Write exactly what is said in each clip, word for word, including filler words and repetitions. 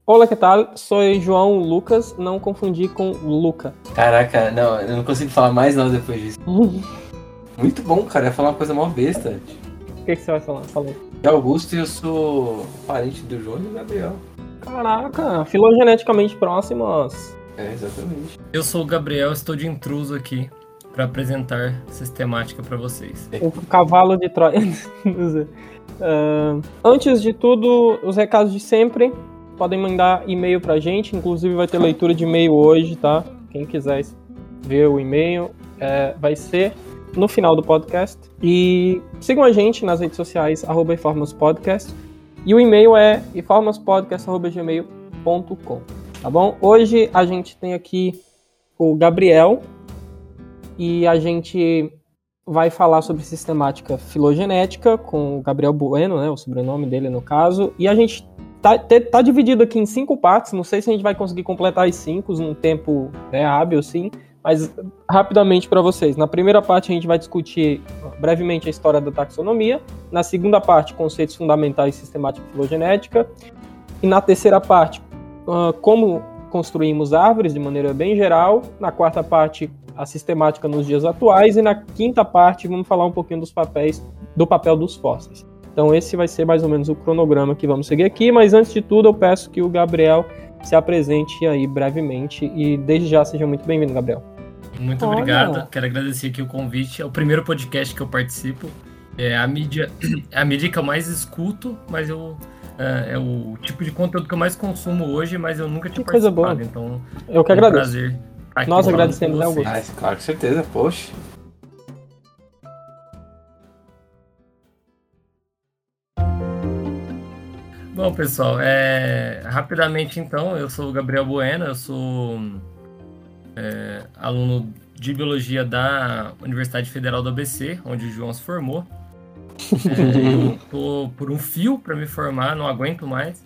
Olá, que tal? Sou João Lucas, não confundir com Luca. Caraca, não, eu não consigo falar mais nada depois disso. Muito bom, cara, ia falar uma coisa mó besta. O que, que você vai falar? Falei. É Augusto e eu sou parente do João e do Gabriel. Caraca, filogeneticamente próximos. É, exatamente. Eu sou o Gabriel, estou de intruso aqui para apresentar sistemática para vocês. O cavalo de Troia. uh, antes de tudo, os recados de sempre. Podem mandar e-mail pra gente, inclusive vai ter leitura de e-mail hoje, tá? Quem quiser ver o e-mail, é, vai ser no final do podcast. E sigam a gente nas redes sociais, arroba informaspodcast. E o e-mail é informaspodcast arroba gmail ponto com, tá bom? Hoje a gente tem aqui o Gabriel e a gente vai falar sobre sistemática filogenética com o Gabriel Bueno, né? O sobrenome dele no caso. E a gente Tá, tá dividido aqui em cinco partes, não sei se a gente vai conseguir completar as cinco num tempo, né, hábil, sim, mas rapidamente para vocês. Na primeira parte a gente vai discutir brevemente a história da taxonomia, na segunda parte conceitos fundamentais de sistemática filogenética, e na terceira parte uh, como construímos árvores de maneira bem geral, na quarta parte a sistemática nos dias atuais, e na quinta parte vamos falar um pouquinho dos papéis, do papel dos fósseis. Então esse vai ser mais ou menos o cronograma que vamos seguir aqui, mas antes de tudo eu peço que o Gabriel se apresente aí brevemente e desde já seja muito bem-vindo, Gabriel. Muito Olha. Obrigado, quero agradecer aqui o convite, é o primeiro podcast que eu participo, é a mídia, a mídia que eu mais escuto, mas eu, é, é o tipo de conteúdo que eu mais consumo hoje, mas eu nunca tinha que coisa participado, boa. então eu que é um agradeço. prazer estar aqui. Nós falando agradecemos, com né, vocês. Augusto? Ah, claro, com certeza, poxa. Bom, pessoal, é... rapidamente então, eu sou o Gabriel Bueno, eu sou é, aluno de Biologia da Universidade Federal do A B C, onde o João se formou. É, eu tô por um fio para me formar, não aguento mais.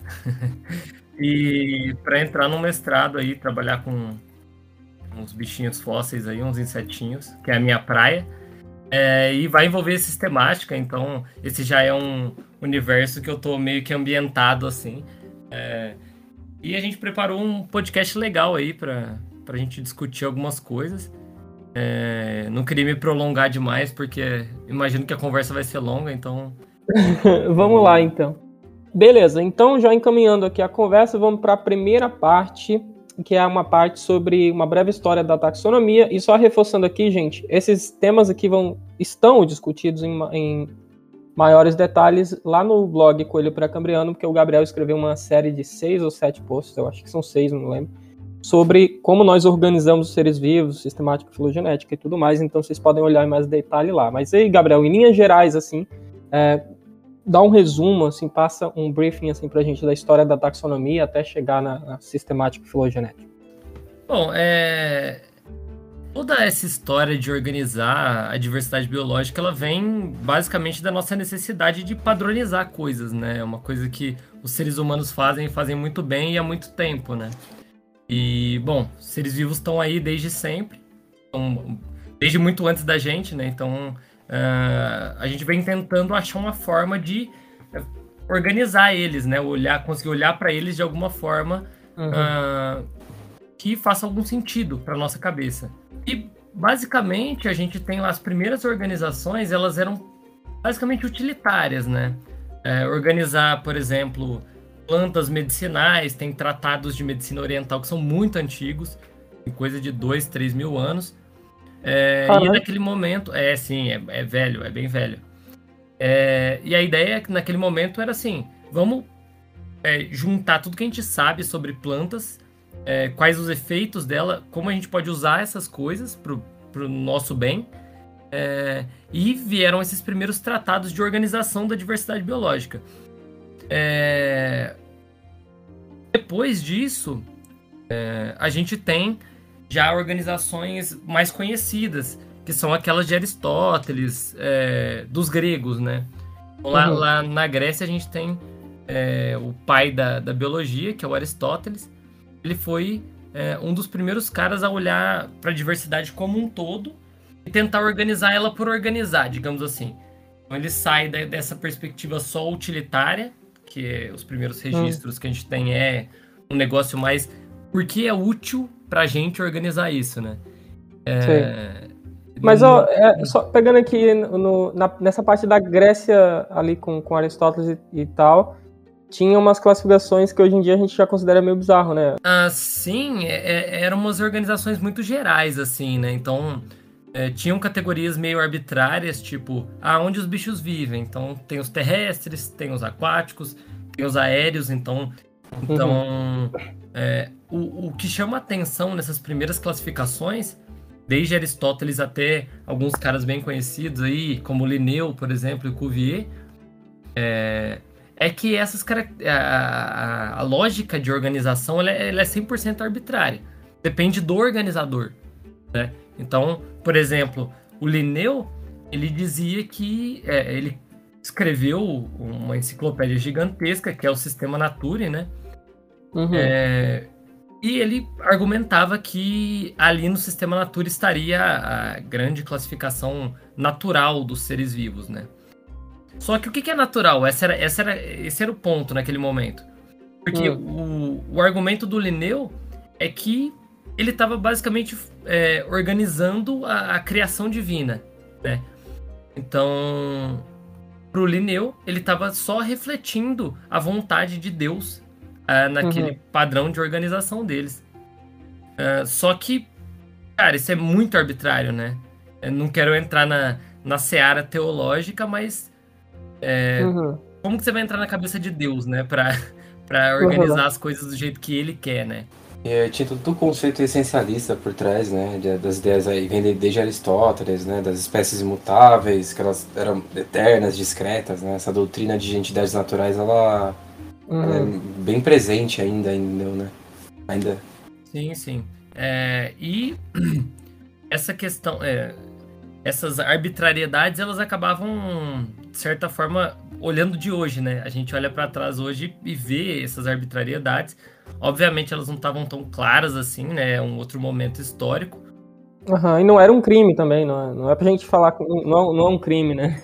E para entrar no mestrado aí, trabalhar com uns bichinhos fósseis aí, uns insetinhos, que é a minha praia. É, e vai envolver sistemática, então esse já é um universo que eu tô meio que ambientado assim. É, e a gente preparou um podcast legal aí pra, pra gente discutir algumas coisas. É, não queria me prolongar demais, porque imagino que a conversa vai ser longa, então... Vamos lá, então. Beleza, então já encaminhando aqui a conversa, vamos para a primeira parte, que é uma parte sobre uma breve história da taxonomia. E só reforçando aqui, gente, esses temas aqui vão, estão discutidos em, em maiores detalhes lá no blog Coelho Pré-Cambriano, porque o Gabriel escreveu uma série de seis ou sete posts, eu acho que são seis, não lembro, sobre como nós organizamos os seres vivos, sistemática filogenética e tudo mais, então vocês podem olhar em mais detalhe lá. Mas aí, Gabriel, em linhas gerais, assim, é, dá um resumo, assim, passa um briefing assim, pra gente da história da taxonomia até chegar na, na sistemática filogenética. Bom, é... toda essa história de organizar a diversidade biológica, ela vem basicamente da nossa necessidade de padronizar coisas, né? É uma coisa que os seres humanos fazem e fazem muito bem e há muito tempo, né? E, bom, os seres vivos estão aí desde sempre, então, desde muito antes da gente, né? Então... Uh, a gente vem tentando achar uma forma de uh, organizar eles, né? Olhar, conseguir olhar para eles de alguma forma uhum. uh, que faça algum sentido para nossa cabeça. E basicamente a gente tem lá as primeiras organizações, elas eram basicamente utilitárias, né? Uh, organizar, por exemplo, plantas medicinais, tem tratados de medicina oriental que são muito antigos, tem coisa de dois, três mil anos. É, e naquele momento, é sim, é, é velho, é bem velho. É, e a ideia é que naquele momento era assim, vamos é, juntar tudo que a gente sabe sobre plantas, é, quais os efeitos dela, como a gente pode usar essas coisas pro, pro nosso bem. É, e vieram esses primeiros tratados de organização da diversidade biológica. É, depois disso, é, a gente tem já organizações mais conhecidas, que são aquelas de Aristóteles, é, dos gregos, né? Lá, uhum. lá na Grécia a gente tem é, o pai da, da biologia, que é o Aristóteles. Ele foi é, um dos primeiros caras a olhar para a diversidade como um todo e tentar organizar ela por organizar, digamos assim. Então ele sai da, dessa perspectiva só utilitária, que é, os primeiros registros uhum. que a gente tem é um negócio mais... Por que é útil pra gente organizar isso, né? É... Mas, ó, é, só pegando aqui no, na, nessa parte da Grécia, ali com, com Aristóteles e, e tal, tinha umas classificações que hoje em dia a gente já considera meio bizarro, né? Ah, sim, é, é, eram umas organizações muito gerais, assim, né? Então, é, tinham categorias meio arbitrárias, tipo, ah, onde os bichos vivem. Então, tem os terrestres, tem os aquáticos, tem os aéreos, então... Então, uhum. é, o, o que chama atenção nessas primeiras classificações, desde Aristóteles até alguns caras bem conhecidos aí, como Linneu, por exemplo, e Cuvier, é, é que essas a, a, a lógica de organização ela é, ela é cem por cento arbitrária. Depende do organizador, né? Então, por exemplo, o Linneu, ele dizia que... É, ele escreveu uma enciclopédia gigantesca, que é o Sistema Naturae, né? Uhum. É, e ele argumentava que ali no Sistema Naturae estaria a grande classificação natural dos seres vivos, né? Só que o que é natural? Esse era, esse era, esse era o ponto naquele momento. Porque uhum. o, o argumento do Linneu é que ele estava basicamente é, organizando a, a criação divina, né? Então... Pro Linneu, ele estava só refletindo a vontade de Deus uh, naquele uhum. padrão de organização deles. Uh, só que, cara, isso é muito arbitrário, né? Eu não quero entrar na, na seara teológica, mas é, uhum. como que você vai entrar na cabeça de Deus, né? Pra, pra organizar uhum. as coisas do jeito que ele quer, né? E tinha todo o conceito essencialista por trás, né, das ideias aí, vem desde Aristóteles, né, das espécies imutáveis, que elas eram eternas, discretas, né, essa doutrina de entidades naturais, ela, uhum. ela é bem presente ainda, ainda, né, ainda. Sim, sim. É, e essa questão, é, essas arbitrariedades, elas acabavam, de certa forma, olhando de hoje, né, a gente olha para trás hoje e vê essas arbitrariedades. Obviamente elas não estavam tão claras assim, né? É um outro momento histórico. Uhum, e não era um crime também, não é, não é pra gente falar que não, não é um crime, né?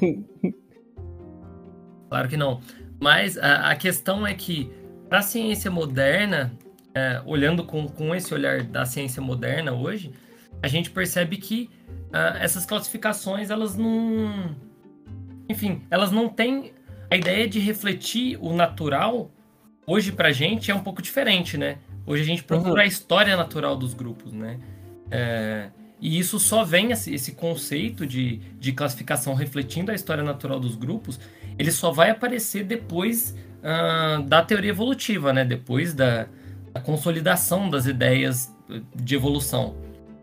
Claro que não. Mas a, a questão é que, para a ciência moderna, é, olhando com, com esse olhar da ciência moderna hoje, a gente percebe que uh, essas classificações, elas não... Enfim, elas não têm a ideia de refletir o natural. Hoje, pra gente, é um pouco diferente, né? Hoje a gente procura uhum. a história natural dos grupos, né? É, e isso só vem, esse, esse conceito de, de classificação refletindo a história natural dos grupos, ele só vai aparecer depois uh, da teoria evolutiva, né? Depois da, da consolidação das ideias de evolução.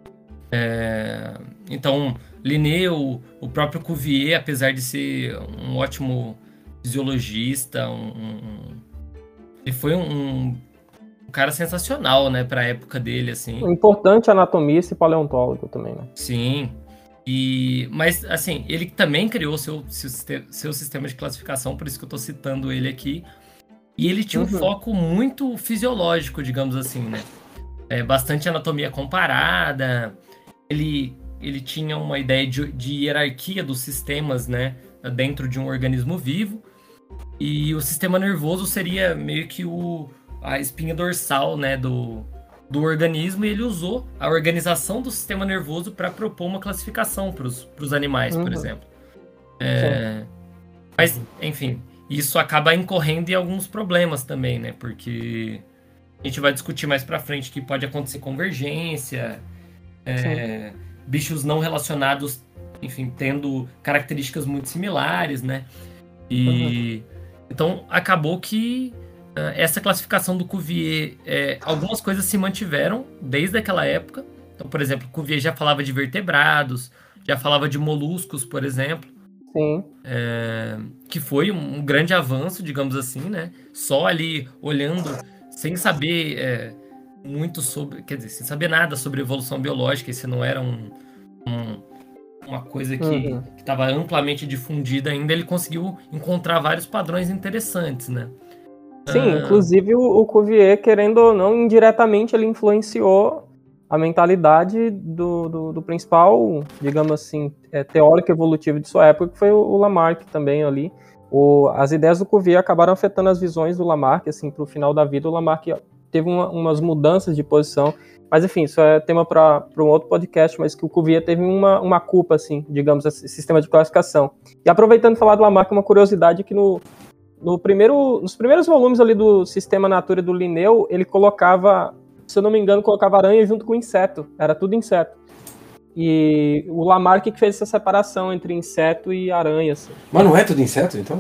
É, então, Linneu, o próprio Cuvier, apesar de ser um ótimo fisiologista, um... um Ele foi um, um cara sensacional, né, pra época dele, assim. Um importante anatomista e paleontólogo também, né? Sim. E, mas, assim, ele também criou seu, seu, seu sistema de classificação, por isso que eu tô citando ele aqui. E ele tinha uhum. um foco muito fisiológico, digamos assim, né? É, bastante anatomia comparada. Ele, ele tinha uma ideia de, de hierarquia dos sistemas, né, dentro de um organismo vivo. E o sistema nervoso seria meio que o, a espinha dorsal, né, do, do organismo, e ele usou a organização do sistema nervoso para propor uma classificação para os animais, uhum. por exemplo. É, mas, enfim, isso acaba incorrendo em alguns problemas também, né, porque a gente vai discutir mais para frente que pode acontecer convergência, é, bichos não relacionados, enfim, tendo características muito similares, né, e... Uhum. Então, acabou que uh, essa classificação do Cuvier, é, algumas coisas se mantiveram desde aquela época. Então, por exemplo, Cuvier já falava de vertebrados, já falava de moluscos, por exemplo. Sim. É, que foi um, um grande avanço, digamos assim, né? Só ali olhando, sem saber é, muito sobre... Quer dizer, sem saber nada sobre evolução biológica, esse não era um... um uma coisa que uhum. estava amplamente difundida ainda, ele conseguiu encontrar vários padrões interessantes, né? Sim, ah... inclusive o, o Cuvier, querendo ou não, indiretamente ele influenciou a mentalidade do, do, do principal, digamos assim, é, teórico evolutivo de sua época, que foi o, o Lamarck também ali. O, as ideias do Cuvier acabaram afetando as visões do Lamarck, assim, pro final da vida o Lamarck teve uma, umas mudanças de posição. Mas, enfim, isso é tema para um outro podcast, mas que o Cuvier teve uma, uma culpa, assim, digamos, esse sistema de classificação. E aproveitando de falar do Lamarck, uma curiosidade que no, no primeiro, nos primeiros volumes ali do Sistema Natura do Linneu, ele colocava, se eu não me engano, colocava aranha junto com inseto. Era tudo inseto. E o Lamarck que fez essa separação entre inseto e aranha. Assim. Mas não é tudo inseto, então?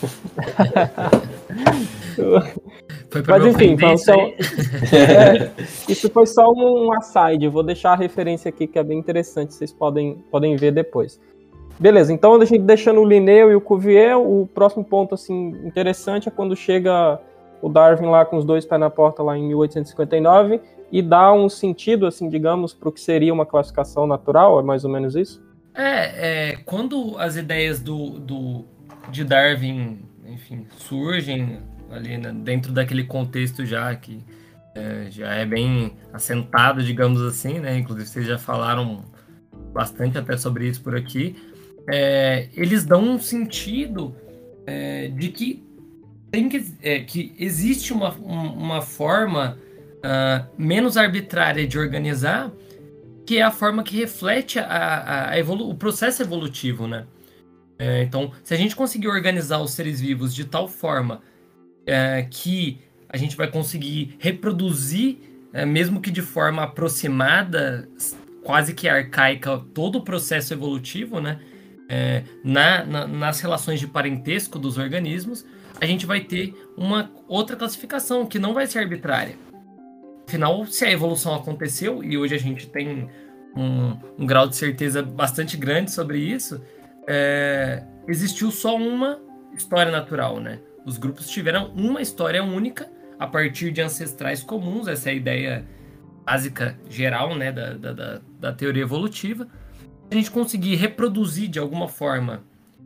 Foi pra Mas enfim, então, isso, então é, isso foi só um, um aside. Eu vou deixar a referência aqui que é bem interessante, vocês podem, podem ver depois. Beleza, então a gente deixando o Linneu e o Cuvier, o próximo ponto assim, interessante é quando chega o Darwin lá com os dois pés na porta lá em mil oitocentos e cinquenta e nove e dá um sentido, assim, digamos, para o que seria uma classificação natural, é mais ou menos isso? É, é quando as ideias do, do, de Darwin, enfim, surgem ali, né, dentro daquele contexto já que é, já é bem assentado, digamos assim, né? Inclusive vocês já falaram bastante até sobre isso por aqui. É, eles dão um sentido é, de que tem que, é, que existe uma, uma forma uh, menos arbitrária de organizar, que é a forma que reflete a, a, a evolu- o processo evolutivo, né? É, então, se a gente conseguir organizar os seres vivos de tal forma é, que a gente vai conseguir reproduzir, é, mesmo que de forma aproximada, quase que arcaica, todo o processo evolutivo, né? É, na, na, nas relações de parentesco dos organismos, a gente vai ter uma outra classificação que não vai ser arbitrária. Afinal, se a evolução aconteceu, e hoje a gente tem um, um grau de certeza bastante grande sobre isso, é, existiu só uma história natural, né? Os grupos tiveram uma história única a partir de ancestrais comuns, essa é a ideia básica geral, né, da, da, da, da teoria evolutiva. Se a gente conseguir reproduzir de alguma forma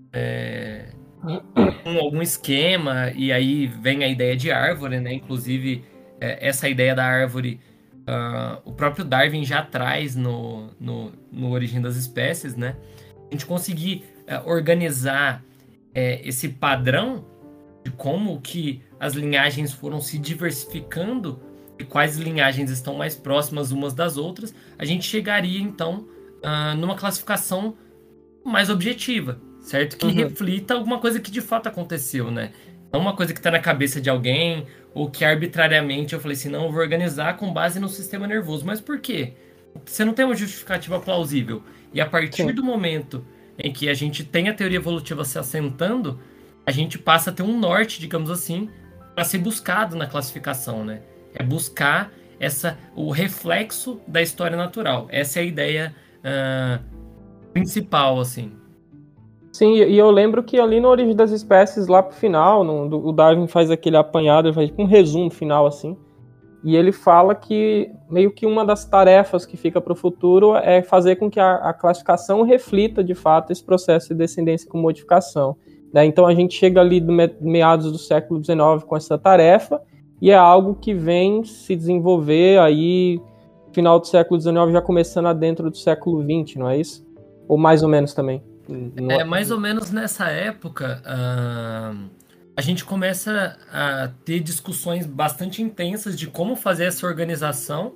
é, um, algum esquema, e aí vem a ideia de árvore, né? Inclusive, é, essa ideia da árvore, uh, o próprio Darwin já traz no, no, no Origem das Espécies, né? A gente conseguir uh, organizar uh, esse padrão de como que as linhagens foram se diversificando e quais linhagens estão mais próximas umas das outras, a gente chegaria, então, uh, numa classificação mais objetiva, certo? Que uhum. reflita alguma coisa que de fato aconteceu, né? Não uma coisa que está na cabeça de alguém, ou que arbitrariamente eu falei assim, não, eu vou organizar com base no sistema nervoso. Mas por quê? Você não tem uma justificativa plausível. E a partir Sim. do momento em que a gente tem a teoria evolutiva se assentando, a gente passa a ter um norte, digamos assim, para ser buscado na classificação, né? É buscar essa, o reflexo da história natural. Essa é a ideia uh, principal, assim. Sim, e eu lembro que ali na Origem das Espécies, lá pro final, no, do, o Darwin faz aquele apanhado, faz um resumo final, assim, e ele fala que meio que uma das tarefas que fica para o futuro é fazer com que a, a classificação reflita, de fato, esse processo de descendência com modificação. Né? Então a gente chega ali do me, meados do século dezenove com essa tarefa, e é algo que vem se desenvolver aí, final do século dezenove, já começando dentro do século vinte, não é isso? Ou mais ou menos também? É, mais ou menos nessa época, uh, a gente começa a ter discussões bastante intensas de como fazer essa organização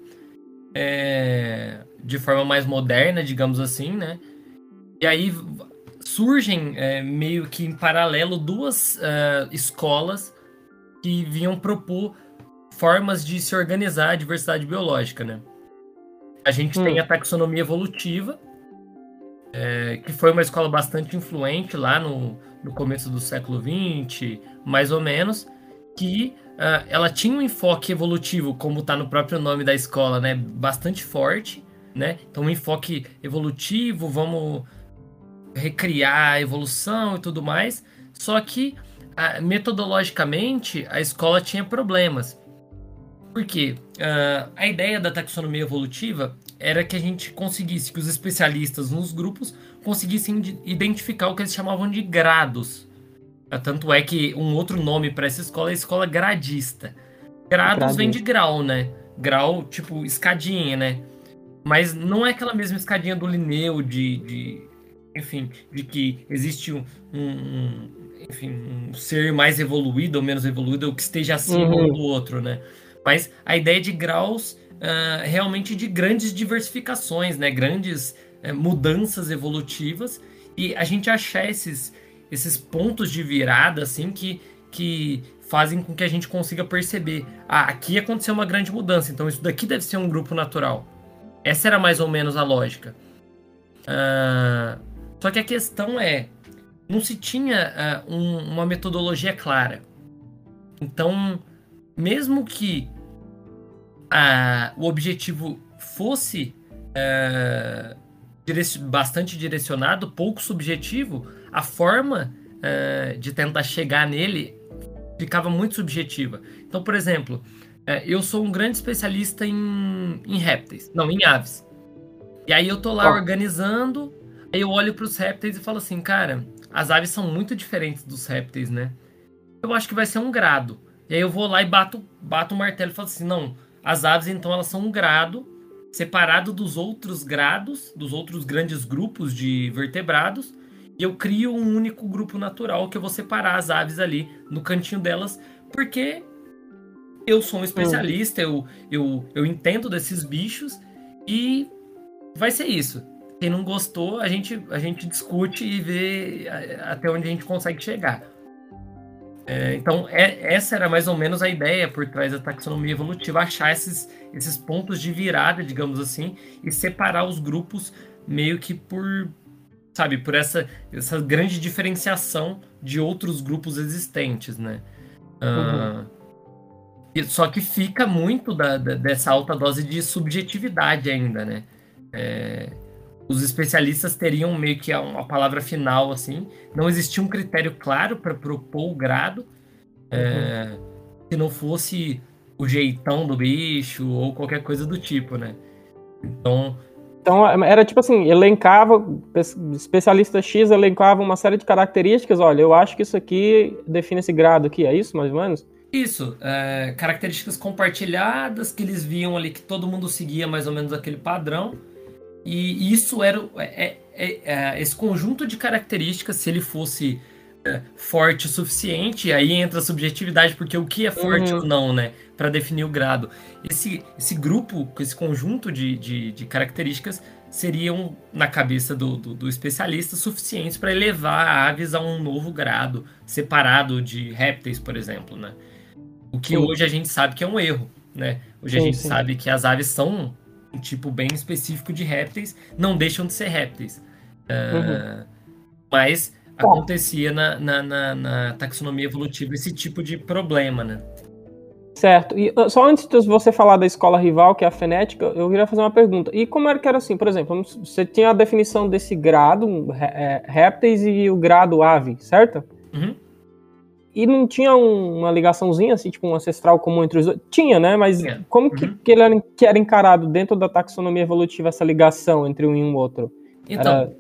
é, de forma mais moderna, digamos assim, né? E aí surgem é, meio que em paralelo duas uh, escolas que vinham propor formas de se organizar a diversidade biológica, né? A gente hum. tem a taxonomia evolutiva, É, que foi uma escola bastante influente lá no, no começo do século vinte, mais ou menos, que uh, ela tinha um enfoque evolutivo, como está no próprio nome da escola, né, bastante forte, né? Então um enfoque evolutivo, vamos recriar a evolução e tudo mais, só que uh, metodologicamente a escola tinha problemas. Por quê? Uh, a ideia da taxonomia evolutiva era que a gente conseguisse, que os especialistas nos grupos conseguissem identificar o que eles chamavam de grados. Tanto é que um outro nome para essa escola é a escola gradista. Grados Gradista. Vem de grau, né? Grau, tipo, escadinha, né? Mas não é aquela mesma escadinha do Linneu, de, de enfim, de que existe um, um, enfim, um ser mais evoluído ou menos evoluído, ou que esteja acima uhum. um do outro, né? Mas a ideia de graus uh, realmente de grandes diversificações, né? Grandes uh, mudanças evolutivas, e a gente achar esses, esses pontos de virada assim que, que fazem com que a gente consiga perceber, ah, aqui aconteceu uma grande mudança, então isso daqui deve ser um grupo natural. Essa era mais ou menos a lógica. Uh, só que a questão é, não se tinha uh, um, uma metodologia clara. Então, mesmo que uh, o objetivo fosse uh, direc- bastante direcionado, pouco subjetivo, a forma uh, de tentar chegar nele ficava muito subjetiva. Então, por exemplo, uh, eu sou um grande especialista em, em répteis, não, em aves. E aí eu tô lá oh. organizando, aí eu olho para os répteis e falo assim, cara, as aves são muito diferentes dos répteis, né? Eu acho que vai ser um grado. E aí eu vou lá e bato, bato o martelo e falo assim, não, as aves então elas são um grado separado dos outros grados, dos outros grandes grupos de vertebrados, e eu crio um único grupo natural que eu vou separar as aves ali no cantinho delas, porque eu sou um especialista, eu, eu, eu entendo desses bichos e vai ser isso. Quem não gostou, a gente, a gente discute e vê até onde a gente consegue chegar. É, então, é, essa era mais ou menos a ideia por trás da taxonomia evolutiva, achar esses, esses pontos de virada, digamos assim, e separar os grupos meio que por, sabe, por essa, essa grande diferenciação de outros grupos existentes, né? Uhum. Uh, só que fica muito da, da, dessa alta dose de subjetividade ainda, né? É, os especialistas teriam meio que a palavra final, assim. Não existia um critério claro para propor o grado. É, uhum. Se não fosse o jeitão do bicho ou qualquer coisa do tipo, né? Então... Então, era tipo assim, elencava, especialista X elencava uma série de características. Olha, eu acho que isso aqui define esse grado aqui. É isso, mais ou menos? Isso. É, características compartilhadas que eles viam ali que todo mundo seguia mais ou menos aquele padrão. E isso era é, é, é, esse conjunto de características, se ele fosse é, forte o suficiente, aí entra a subjetividade, porque o que é forte uhum. ou não, né? Para definir o grado. Esse, esse grupo, esse conjunto de, de, de características seriam, na cabeça do, do, do especialista, suficientes para elevar aves a um novo grado, separado de répteis, por exemplo, né? O que sim. hoje a gente sabe que é um erro, né? Hoje sim, a gente sim. sabe que as aves são um tipo bem específico de répteis, não deixam de ser répteis. Uh, uhum. Mas acontecia na, na, na, na taxonomia evolutiva esse tipo de problema, né? Certo. E só antes de você falar da escola rival, que é a fenética, eu queria fazer uma pergunta. E como era que era assim? Por exemplo, você tinha a definição desse grado, é, répteis e o grado ave, certo? Uhum. E não tinha um, uma ligaçãozinha, assim, tipo um ancestral comum entre os dois? Tinha, né? Mas é. como uhum. que, que ele era, que era encarado dentro da taxonomia evolutiva, essa ligação entre um e um outro? Então, era...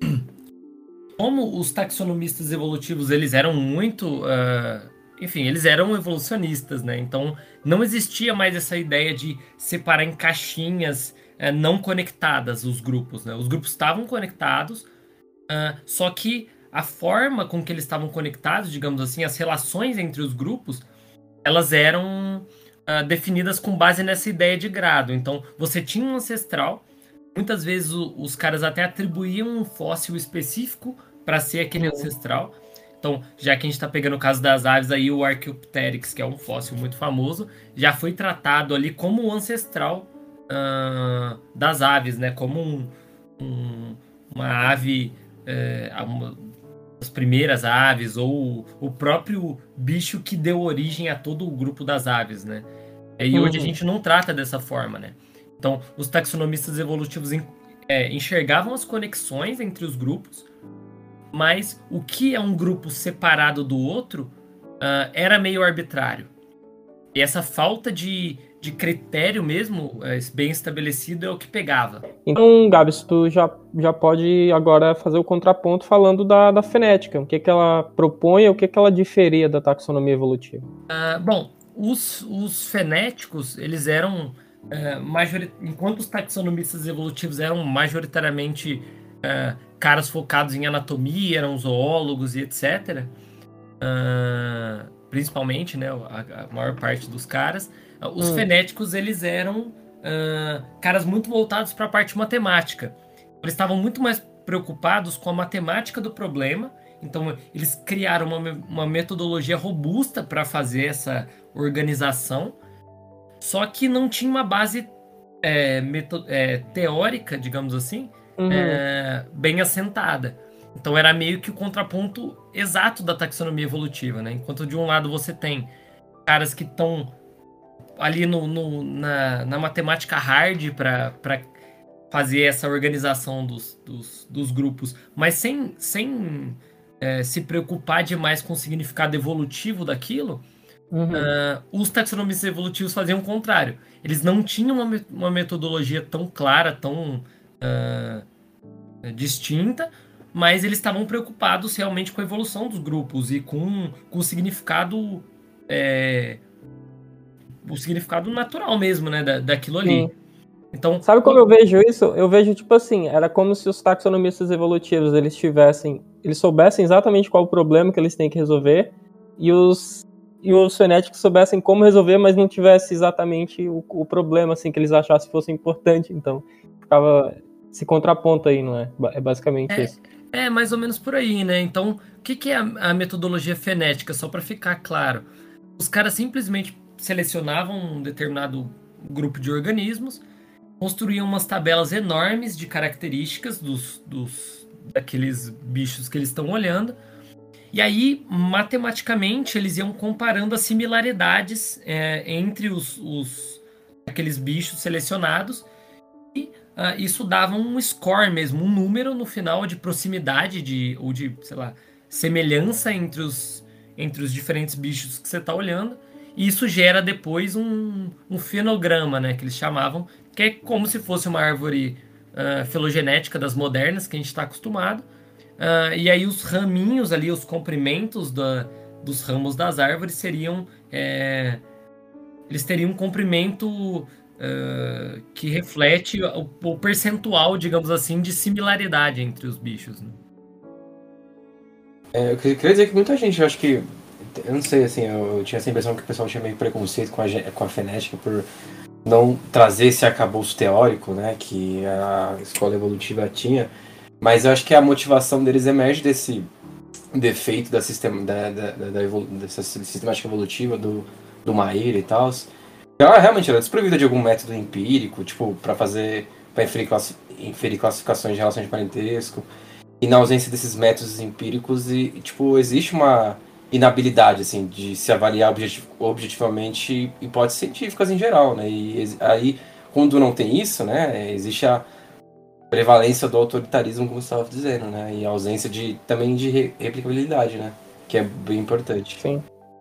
como os taxonomistas evolutivos, eles eram muito... Uh, enfim, eles eram evolucionistas, né? Então, não existia mais essa ideia de separar em caixinhas uh, não conectadas os grupos, né? Os grupos estavam conectados, uh, só que a forma com que eles estavam conectados, digamos assim, as relações entre os grupos, elas eram uh, definidas com base nessa ideia de grado. Então, você tinha um ancestral, muitas vezes o, os caras até atribuíam um fóssil específico para ser aquele uhum. ancestral. Então, já que a gente está pegando o caso das aves, aí o Archaeopteryx, que é um fóssil muito famoso, já foi tratado ali como o ancestral uh, das aves, né? Como um, um, uma ave... É, uma, as primeiras aves, ou o próprio bicho que deu origem a todo o grupo das aves, né? E uhum. hoje a gente não trata dessa forma, né? Então, os taxonomistas evolutivos é, enxergavam as conexões entre os grupos, mas o que é um grupo separado do outro uh, era meio arbitrário. E essa falta de, de critério mesmo, é, bem estabelecido, é o que pegava. Então, Gabs, tu já, já pode agora fazer o contraponto falando da, da fenética. O que, que ela propõe e o que, que ela diferia da taxonomia evolutiva? Uh, bom, os, os fenéticos, eles eram... Uh, majorit... Enquanto os taxonomistas evolutivos eram majoritariamente uh, caras focados em anatomia, eram zoólogos e etcétera, uh, principalmente, né, a, a maior parte dos caras, os Hum. fenéticos, eles eram uh, caras muito voltados para a parte matemática. Eles estavam muito mais preocupados com a matemática do problema, então eles criaram uma, uma metodologia robusta para fazer essa organização, só que não tinha uma base é, meto, é, teórica, digamos assim, Uhum. é, bem assentada. Então era meio que o contraponto exato da taxonomia evolutiva, né? Enquanto de um lado você tem caras que estão ali no, no, na, na matemática hard para fazer essa organização dos, dos, dos grupos, mas sem, sem é, se preocupar demais com o significado evolutivo daquilo, Uhum. uh, os taxonomistas evolutivos faziam o contrário. Eles não tinham uma, uma metodologia tão clara, tão uh, distinta, mas eles estavam preocupados realmente com a evolução dos grupos e com, com o significado é, o significado natural mesmo, né, da, daquilo ali. Sim. Então, Sabe como eu vejo isso? Eu vejo, tipo assim, era como se os taxonomistas evolutivos, eles tivessem, eles soubessem exatamente qual o problema que eles têm que resolver, e os, e os fenéticos soubessem como resolver, mas não tivesse exatamente o, o problema, assim, que eles achassem fosse importante. Então, ficava esse contraponto aí, não é? É basicamente é, isso. É, mais ou menos por aí, né? Então, o que, que é a, a metodologia fenética? Só para ficar claro. Os caras simplesmente selecionavam um determinado grupo de organismos, construíam umas tabelas enormes de características dos, dos daqueles bichos que eles estão olhando, e aí, matematicamente, eles iam comparando as similaridades é, entre os, os aqueles bichos selecionados, e uh, isso dava um score mesmo, um número no final de proximidade de, ou de, sei lá, semelhança entre os, entre os diferentes bichos que você está olhando, e isso gera depois um, um fenograma, né, que eles chamavam, que é como se fosse uma árvore uh, filogenética das modernas que a gente está acostumado. Uh, e aí os raminhos ali, os comprimentos da, dos ramos das árvores seriam... É, eles teriam um comprimento uh, que reflete o, o percentual, digamos assim, de similaridade entre os bichos. Né? É, eu queria dizer que muita gente, eu acho que... Eu não sei, assim, eu, eu tinha essa impressão que o pessoal tinha meio preconceito com a, com a fenética por não trazer esse arcabouço teórico, né, que a escola evolutiva tinha, mas eu acho que a motivação deles emerge desse defeito da, sistema, da, da, da, da evolu dessa sistemática evolutiva do, do Mayr e tal. Ela realmente era desprovida de algum método empírico, tipo, para fazer, para inferir, classi inferir classificações de relações de parentesco, e na ausência desses métodos empíricos, e, tipo, existe uma inabilidade, assim, de se avaliar objetiv objetivamente hipóteses científicas em geral, né, e aí, quando não tem isso, né, existe a prevalência do autoritarismo, como você estava dizendo, né, e a ausência de, também de re replicabilidade, né, que é bem importante. Sim.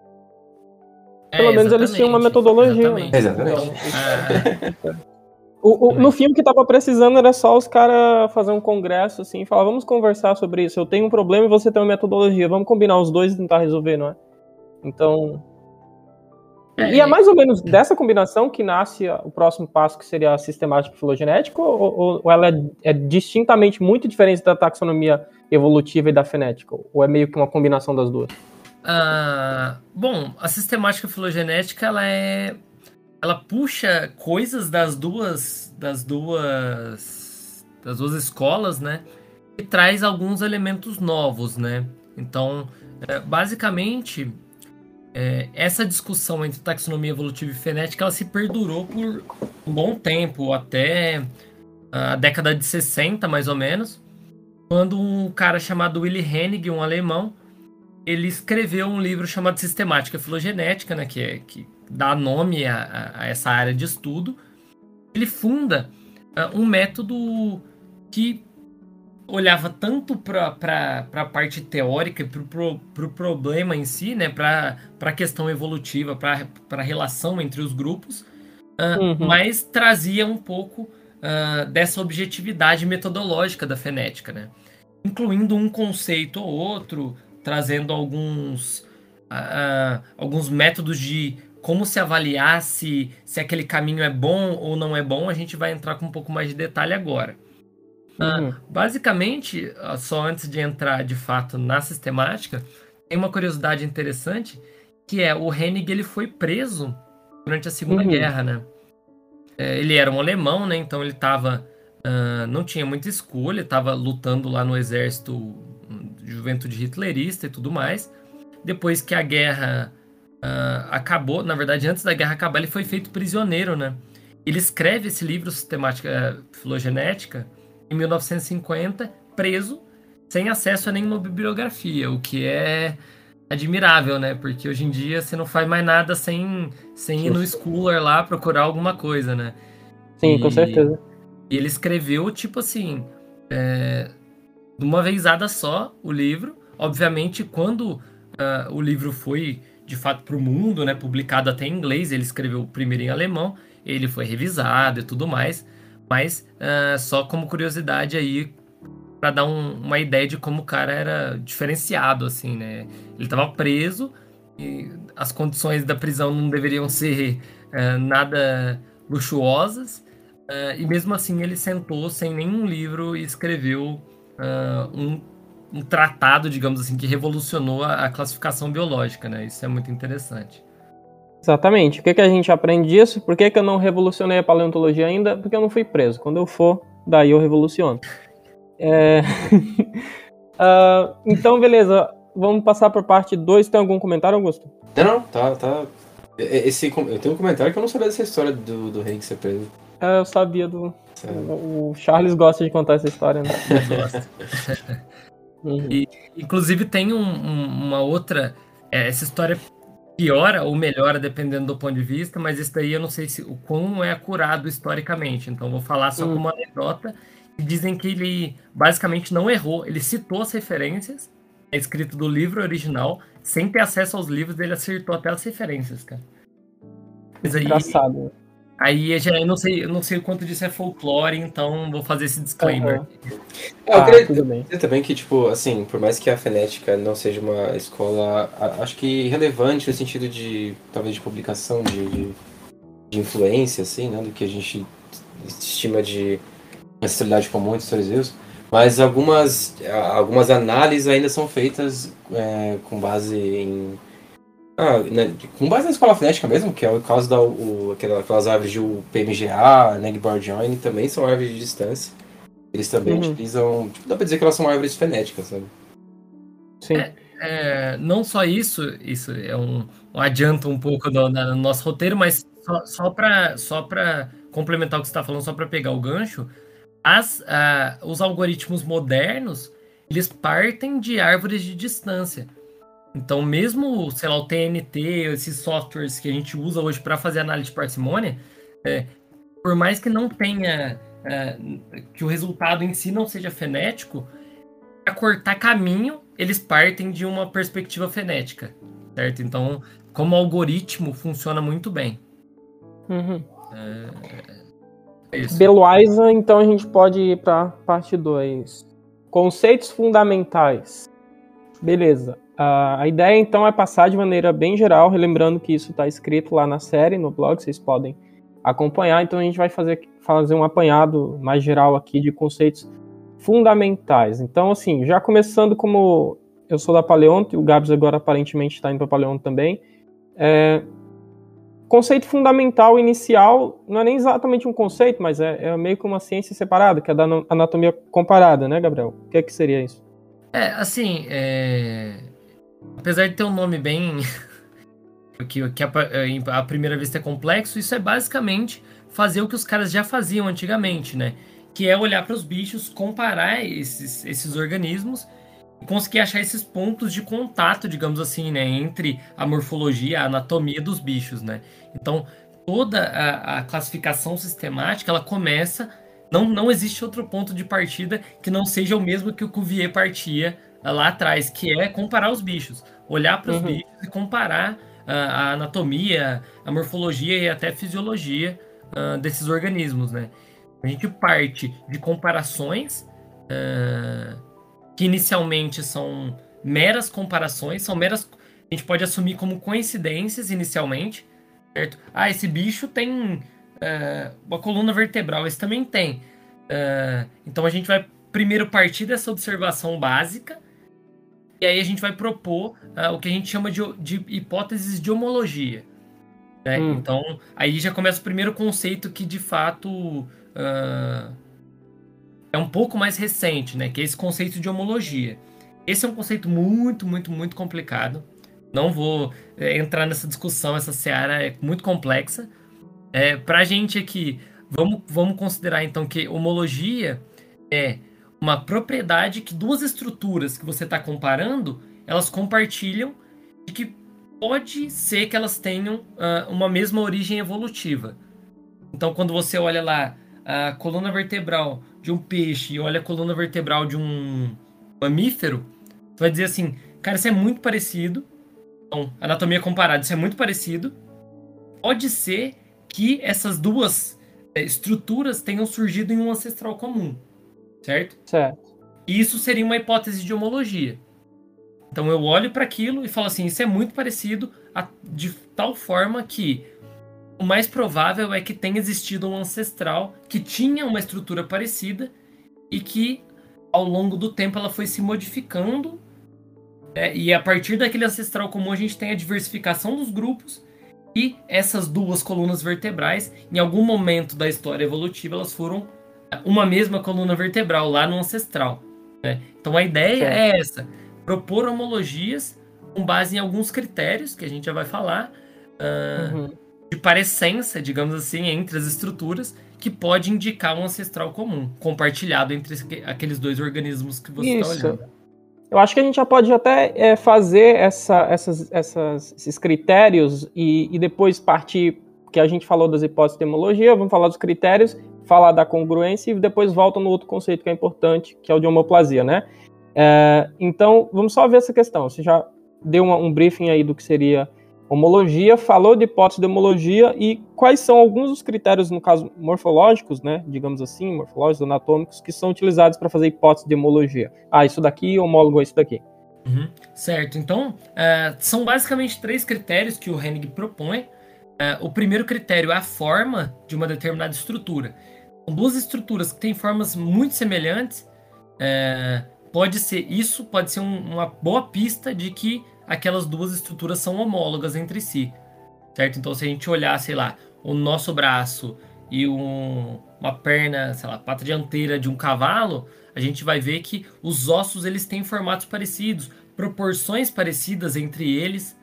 É, Pelo menos eles tinham uma metodologia. Exatamente. Exatamente. Então, ah, o, o, no filme que tava precisando era só os caras fazer um congresso assim e falar, vamos conversar sobre isso. Eu tenho um problema e você tem uma metodologia. Vamos combinar os dois e tentar resolver, não é? Então... É, e é mais ou menos dessa combinação que nasce o próximo passo, que seria a sistemática filogenética, ou, ou ela é, é distintamente muito diferente da taxonomia evolutiva e da fenética? Ou é meio que uma combinação das duas? Ah, bom, a sistemática filogenética, ela é... ela puxa coisas das duas das duas das duas escolas, né? E traz alguns elementos novos, né? Então, é, basicamente, é, essa discussão entre taxonomia evolutiva e fenética, ela se perdurou por um bom tempo, até a década de sessenta, mais ou menos, quando um cara chamado Willy Hennig, um alemão, ele escreveu um livro chamado Sistemática Filogenética, né, que, é, que dá nome a, a, a essa área de estudo. Ele funda uh, um método que olhava tanto para a parte teórica, para o pro, pro problema em si, né, para a questão evolutiva, para a relação entre os grupos, uh, uhum. mas trazia um pouco uh, dessa objetividade metodológica da fenética, né, incluindo um conceito ou outro, trazendo alguns, uh, alguns métodos de como se avaliar se, se aquele caminho é bom ou não é bom. A gente vai entrar com um pouco mais de detalhe agora. Uhum. Uh, basicamente, uh, só antes de entrar de fato na sistemática, tem uma curiosidade interessante, que é o Hennig, ele foi preso durante a Segunda Uhum. Guerra, né? É, ele era um alemão, né? Então ele tava, uh, não tinha muita escolha, estava lutando lá no exército de juventude hitlerista e tudo mais. Depois que a guerra uh, acabou, na verdade, antes da guerra acabar, ele foi feito prisioneiro, né? Ele escreve esse livro, Sistemática Filogenética, em mil novecentos e cinquenta, preso, sem acesso a nenhuma bibliografia, o que é admirável, né? Porque hoje em dia você não faz mais nada sem, sem ir no Scholar lá procurar alguma coisa, né? Sim, e, com certeza. E ele escreveu, tipo assim, é, de uma vezada só o livro. Obviamente, quando uh, o livro foi, de fato, para o mundo, né? Publicado até em inglês, ele escreveu primeiro em alemão, ele foi revisado e tudo mais. Mas, uh, só como curiosidade aí, para dar um, uma ideia de como o cara era diferenciado, assim, né? Ele estava preso e as condições da prisão não deveriam ser uh, nada luxuosas, uh, e mesmo assim ele sentou sem nenhum livro e escreveu uh, um, um tratado, digamos assim, que revolucionou a, a classificação biológica, né? Isso é muito interessante. Exatamente. O que, que a gente aprende disso? Por que, que eu não revolucionei a paleontologia ainda? Porque eu não fui preso. Quando eu for, daí eu revoluciono. É... uh, então, beleza. Vamos passar por parte dois. Tem algum comentário, Augusto? Não, não, tá, tá. Esse, eu tenho um comentário que eu não sabia dessa história do, do rei que você perdeu. É, eu sabia do... O, o Charles gosta de contar essa história, né? Gosta. Uhum. E, inclusive, tem um, um, uma outra... É, essa história piora ou melhora, dependendo do ponto de vista, mas isso daí eu não sei se o quão é acurado historicamente. Então, vou falar só Uhum. como uma anedota. Dizem que ele basicamente não errou. Ele citou as referências, é escrito do livro original, sem ter acesso aos livros, ele acertou até as referências, cara. Mas aí, Engraçado. aí já, eu não sei, eu não sei o quanto disso é folclore, então vou fazer esse disclaimer. Uhum. É, eu Ah, queria tudo bem. dizer também que, tipo, assim, por mais que a Fenética não seja uma escola, a- acho que relevante no sentido de, talvez, de publicação, de, de, de influência, assim, né, do que a gente estima de ancestralidade comum entre os seres vivos, mas algumas, algumas análises ainda são feitas é, com base em... Ah, né, com base na escola fenética mesmo, que é o caso da o, aquela- aquelas árvores de P M G A, Negbor Join, também são árvores de distância. Eles também Uhum. utilizam. Tipo, dá pra dizer que elas são árvores fenéticas, sabe? Sim. É, é, não só isso, isso é um, um adianto um pouco do, do nosso roteiro, mas só, só para só para complementar o que você está falando, só para pegar o gancho, as, ah, os algoritmos modernos, eles partem de árvores de distância. Então, mesmo, sei lá, o T N T, esses softwares que a gente usa hoje para fazer análise de parcimônia, é, por mais que não tenha, é, que o resultado em si não seja fenético, para cortar caminho, eles partem de uma perspectiva fenética, certo? Então, como algoritmo, funciona muito bem. Uhum. É isso. Beloisa, então a gente pode ir para parte dois. Conceitos fundamentais. Beleza. Uh, a ideia, então, é passar de maneira bem geral, relembrando que isso está escrito lá na série, no blog, vocês podem acompanhar. Então, a gente vai fazer, fazer um apanhado mais geral aqui de conceitos fundamentais. Então, assim, já começando como eu sou da Paleonto, e o Gabs agora aparentemente está indo para Paleonto também, é... conceito fundamental inicial não é nem exatamente um conceito, mas é, é meio que uma ciência separada, que é da anatomia comparada, né, Gabriel? O que é que seria isso? É, assim, é... apesar de ter um nome bem... que, que a, a primeira vista é complexo, isso é basicamente fazer o que os caras já faziam antigamente, né? Que é olhar para os bichos, comparar esses, esses organismos e conseguir achar esses pontos de contato, digamos assim, né? Entre a morfologia, a anatomia dos bichos, né? Então, toda a, a classificação sistemática, ela começa... Não, não existe outro ponto de partida que não seja o mesmo que o Cuvier partia lá atrás, que é comparar os bichos. Olhar para os Uhum. bichos e comparar a, a anatomia, a morfologia e até a fisiologia uh, desses organismos, né? A gente parte de comparações uh, que inicialmente são meras comparações, são meras... A gente pode assumir como coincidências inicialmente, certo? Ah, esse bicho tem uh, uma coluna vertebral, esse também tem. Uh, então a gente vai primeiro partir dessa observação básica E aí a gente vai propor uh, o que a gente chama de, de hipóteses de homologia. Né? Hum. Então, aí já começa o primeiro conceito que, de fato, uh, é um pouco mais recente, né? Que é esse conceito de homologia. Esse é um conceito muito, muito, muito complicado. Não vou é, entrar nessa discussão, essa seara é muito complexa. É, pra gente aqui, vamos, vamos considerar, então, que homologia é uma propriedade que duas estruturas que você está comparando, elas compartilham de que pode ser que elas tenham uh, uma mesma origem evolutiva. Então, quando você olha lá a coluna vertebral de um peixe e olha a coluna vertebral de um mamífero, você vai dizer assim, cara, isso é muito parecido. Então, anatomia comparada, isso é muito parecido. Pode ser que essas duas é, estruturas tenham surgido em um ancestral comum. Certo? Certo. E isso seria uma hipótese de homologia. Então eu olho para aquilo e falo assim, isso é muito parecido a, de tal forma que o mais provável é que tenha existido um ancestral que tinha uma estrutura parecida e que ao longo do tempo ela foi se modificando, né? E a partir daquele ancestral comum a gente tem a diversificação dos grupos e essas duas colunas vertebrais, em algum momento da história evolutiva, elas foram uma mesma coluna vertebral lá no ancestral. Né? Então a ideia certo. É essa, propor homologias com base em alguns critérios que a gente já vai falar, uh, uhum. de parecência, digamos assim, entre as estruturas, que pode indicar um ancestral comum, compartilhado entre aqueles dois organismos que você está olhando. Eu acho que a gente já pode até é, fazer essa, essas, essas, esses critérios e, e depois partir, que a gente falou das hipóteses de homologia, vamos falar dos critérios, falar da congruência e depois volta no outro conceito que é importante, que é o de homoplasia, né? É, então, vamos só ver essa questão. Você já deu uma, um briefing aí do que seria homologia, falou de hipótese de homologia e quais são alguns dos critérios, no caso, morfológicos, né? Digamos assim, morfológicos, anatômicos, que são utilizados para fazer hipótese de homologia. Ah, isso daqui, homólogo é isso daqui. Uhum, certo. Então, uh, são basicamente três critérios que o Hennig propõe. Uh, o primeiro critério é a forma de uma determinada estrutura. São duas estruturas que têm formas muito semelhantes. É, pode ser isso, pode ser um, uma boa pista de que aquelas duas estruturas são homólogas entre si, certo? Então, se a gente olhar, sei lá, o nosso braço e um, uma perna, sei lá, pata dianteira de um cavalo, a gente vai ver que os ossos eles têm formatos parecidos, proporções parecidas entre eles,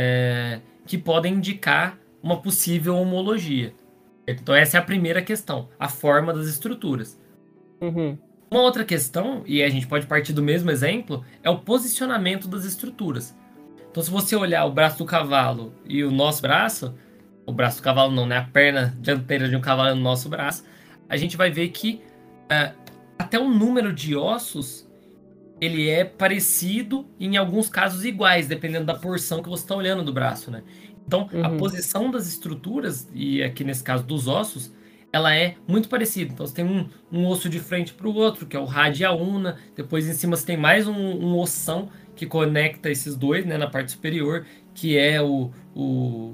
é, que podem indicar uma possível homologia. Então essa é a primeira questão, a forma das estruturas. Uhum. Uma outra questão, e a gente pode partir do mesmo exemplo, é o posicionamento das estruturas. Então se você olhar o braço do cavalo e o nosso braço, o braço do cavalo não, né? A perna dianteira de um cavalo no nosso braço, a gente vai ver que uh, até o número de ossos, ele é parecido e em alguns casos iguais, dependendo da porção que você está olhando do braço, né? Então, uhum. a posição das estruturas, e aqui nesse caso dos ossos, ela é muito parecida. Então, você tem um, um osso de frente para o outro, que é o rádio e a una. Depois, em cima, você tem mais um, um ossão que conecta esses dois, né, na parte superior, que é o... o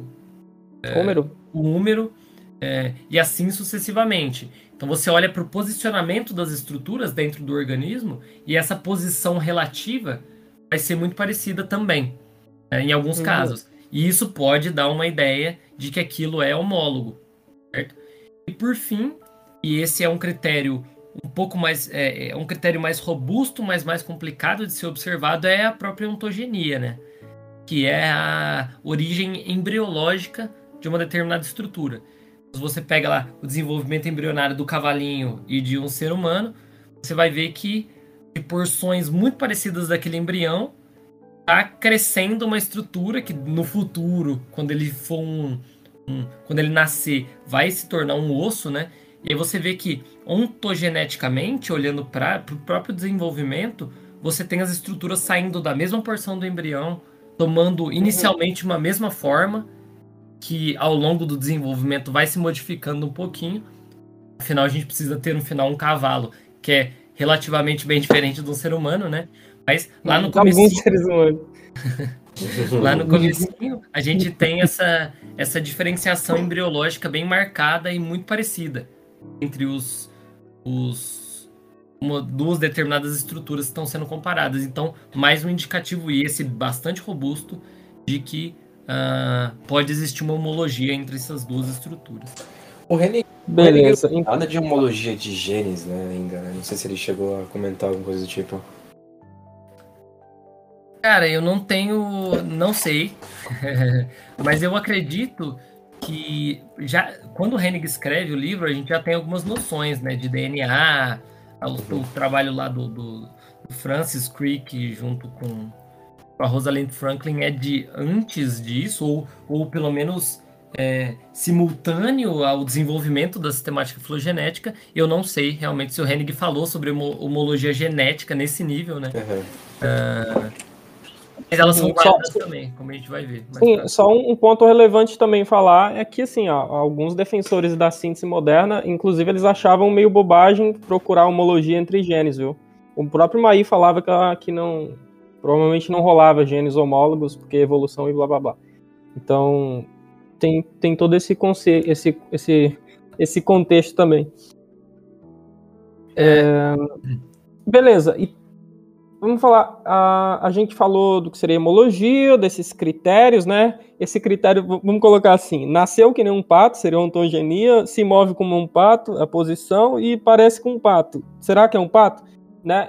é, húmero. O húmero. É, e assim sucessivamente. Então, você olha para o posicionamento das estruturas dentro do organismo e essa posição relativa vai ser muito parecida também, né, em alguns uhum. casos. E isso pode dar uma ideia de que aquilo é homólogo, certo? E por fim, e esse é um critério um pouco mais, é, é um critério mais robusto, mas mais complicado de ser observado, é a própria ontogenia, né? Que é a origem embriológica de uma determinada estrutura. Se você pega lá o desenvolvimento embrionário do cavalinho e de um ser humano, você vai ver que de porções muito parecidas daquele embrião, está crescendo uma estrutura que no futuro, quando ele for um, um, quando ele nascer, vai se tornar um osso, né? E aí você vê que ontogeneticamente, olhando para o próprio desenvolvimento, você tem as estruturas saindo da mesma porção do embrião, tomando inicialmente uma mesma forma, que ao longo do desenvolvimento vai se modificando um pouquinho. Afinal, a gente precisa ter no final um cavalo, que é relativamente bem diferente do ser humano, né? Mas lá no comecinho, lá no comecinho, a gente tem essa, essa diferenciação embriológica bem marcada e muito parecida entre os, os uma, duas determinadas estruturas que estão sendo comparadas. Então, mais um indicativo, e esse bastante robusto, de que uh, pode existir uma homologia entre essas duas estruturas. O Hennig, Beleza. O Hennig nada de homologia de genes, né, ainda, né? Não sei se ele chegou a comentar alguma coisa do tipo. Cara, eu não tenho... Não sei. Mas eu acredito que já quando o Hennig escreve o livro, a gente já tem algumas noções, né? De D N A, o, o trabalho lá do, do, do Francis Crick junto com a Rosalind Franklin é de antes disso, ou, ou pelo menos é, simultâneo ao desenvolvimento da sistemática filogenética. Eu não sei realmente se o Hennig falou sobre homologia genética nesse nível, né? Uhum. Uh, mas elas são válidas também, como a gente vai ver. Sim, tarde. Só um ponto relevante também falar é que, assim, ó, alguns defensores da síntese moderna, inclusive, eles achavam meio bobagem procurar homologia entre genes, viu? O próprio Mai falava que, que não, provavelmente não rolava genes homólogos, porque evolução e blá blá blá. Então, tem, tem todo esse, conce- esse, esse, esse contexto também. É... Beleza, e vamos falar, a, a gente falou do que seria homologia, desses critérios, né? Esse critério, vamos colocar assim, nasceu que nem um pato, seria ontogenia, se move como um pato, a posição, e parece com um pato. Será que é um pato? Né?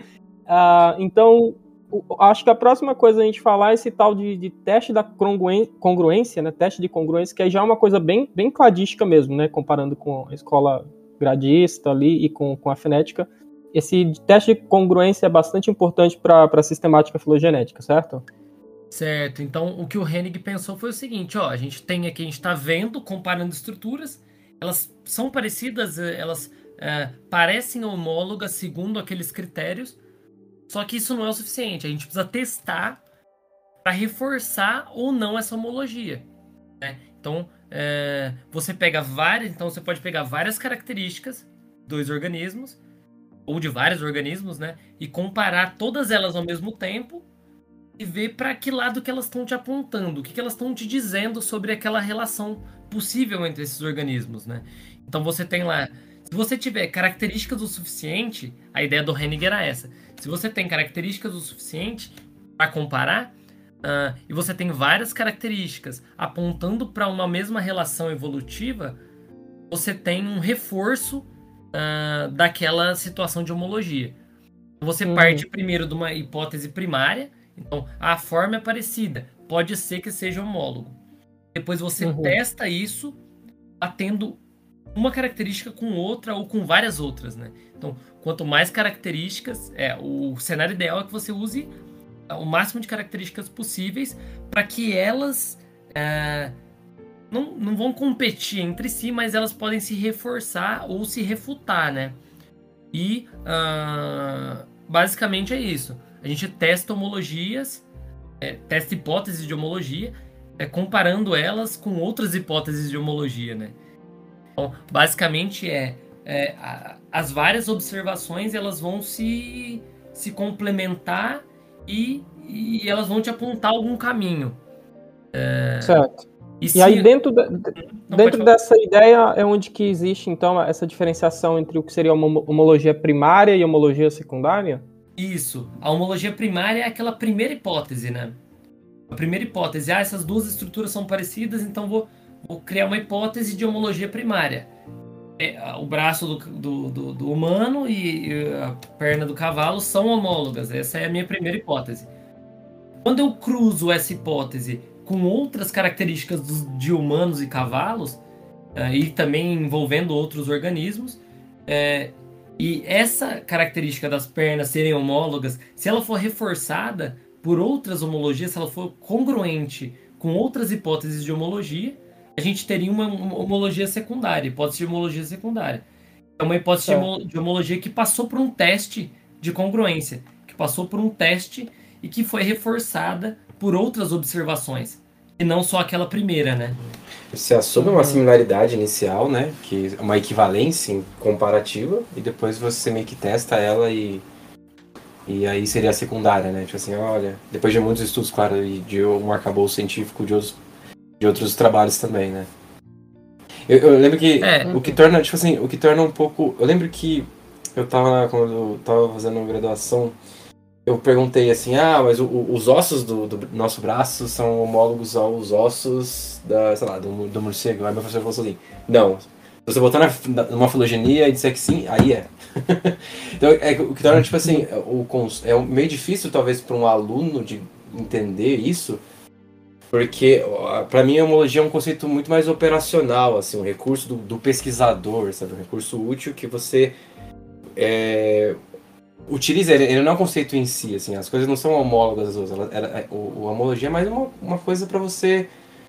ah, então, acho que a próxima coisa a gente falar é esse tal de, de teste da congruência, né? Teste de congruência, que é já uma coisa bem, bem cladística mesmo, né? Comparando com a escola gradista ali e com, com a fonética. Esse teste de congruência é bastante importante para a sistemática filogenética, certo? Certo. Então, o que o Hennig pensou foi o seguinte, ó, a gente tem aqui, a gente está vendo, comparando estruturas, elas são parecidas, elas é, parecem homólogas segundo aqueles critérios, só que isso não é o suficiente. A gente precisa testar para reforçar ou não essa homologia, né? Então, é, você pega várias, então você pode pegar várias características de dois organismos, ou de vários organismos, né? E comparar todas elas ao mesmo tempo e ver para que lado que elas estão te apontando, o que, que elas estão te dizendo sobre aquela relação possível entre esses organismos, né? Então você tem lá, se você tiver características o suficiente, a ideia do Hennig era essa, se você tem características o suficiente para comparar, uh, e você tem várias características apontando para uma mesma relação evolutiva, você tem um reforço Uh, daquela situação de homologia. Você uhum. parte primeiro de uma hipótese primária, então a forma é parecida, pode ser que seja homólogo. Depois você uhum. testa isso batendo uma característica com outra ou com várias outras, né? Então, quanto mais características, é, o cenário ideal é que você use o máximo de características possíveis para que elas uh, Não, não vão competir entre si, mas elas podem se reforçar ou se refutar, né? E uh, basicamente é isso. A gente testa homologias, é, testa hipóteses de homologia, é, comparando elas com outras hipóteses de homologia, né? Então, basicamente é, é a, as várias observações elas vão se, se complementar e, e elas vão te apontar algum caminho. É, certo. E, e aí, dentro, da, dentro dessa ideia, é onde que existe, então, essa diferenciação entre o que seria uma homologia primária e homologia secundária? Isso. A homologia primária é aquela primeira hipótese, né? A primeira hipótese, ah, essas duas estruturas são parecidas, então vou, vou criar uma hipótese de homologia primária. É, o braço do, do, do, do humano e a perna do cavalo são homólogas. Essa é a minha primeira hipótese. Quando eu cruzo essa hipótese com outras características de humanos e cavalos, uh, e também envolvendo outros organismos, é, e essa característica das pernas serem homólogas, se ela for reforçada por outras homologias, se ela for congruente com outras hipóteses de homologia, a gente teria uma, uma homologia secundária, hipótese de homologia secundária. É uma hipótese é. de homologia que passou por um teste de congruência, que passou por um teste e que foi reforçada por outras observações, e não só aquela primeira, né? Você assume uma similaridade inicial, né? Que é uma equivalência comparativa, e depois você meio que testa ela e, e aí seria a secundária, né? Tipo assim, olha, depois de muitos estudos, claro, e de um arcabouço científico de outros, de outros trabalhos também, né? Eu, eu lembro que é. o que torna, tipo assim, o que torna um pouco... Eu lembro que eu tava, quando eu tava fazendo graduação, eu perguntei assim, ah, mas o, o, os ossos do, do nosso braço são homólogos aos ossos da, sei lá, do, do morcego. Aí meu professor falou assim, não, se você botar na, numa filogenia e disser que sim, aí é. Então, é, o que torna, tipo assim, o, é meio difícil, talvez, para um aluno de entender isso, porque, para mim, a homologia é um conceito muito mais operacional, assim, um recurso do, do pesquisador, sabe? Um recurso útil que você é, utiliza. Ele, ele não é um conceito em si, assim, as coisas não são homólogas às outras. Ela, ela, o, a homologia é mais uma, uma coisa para você...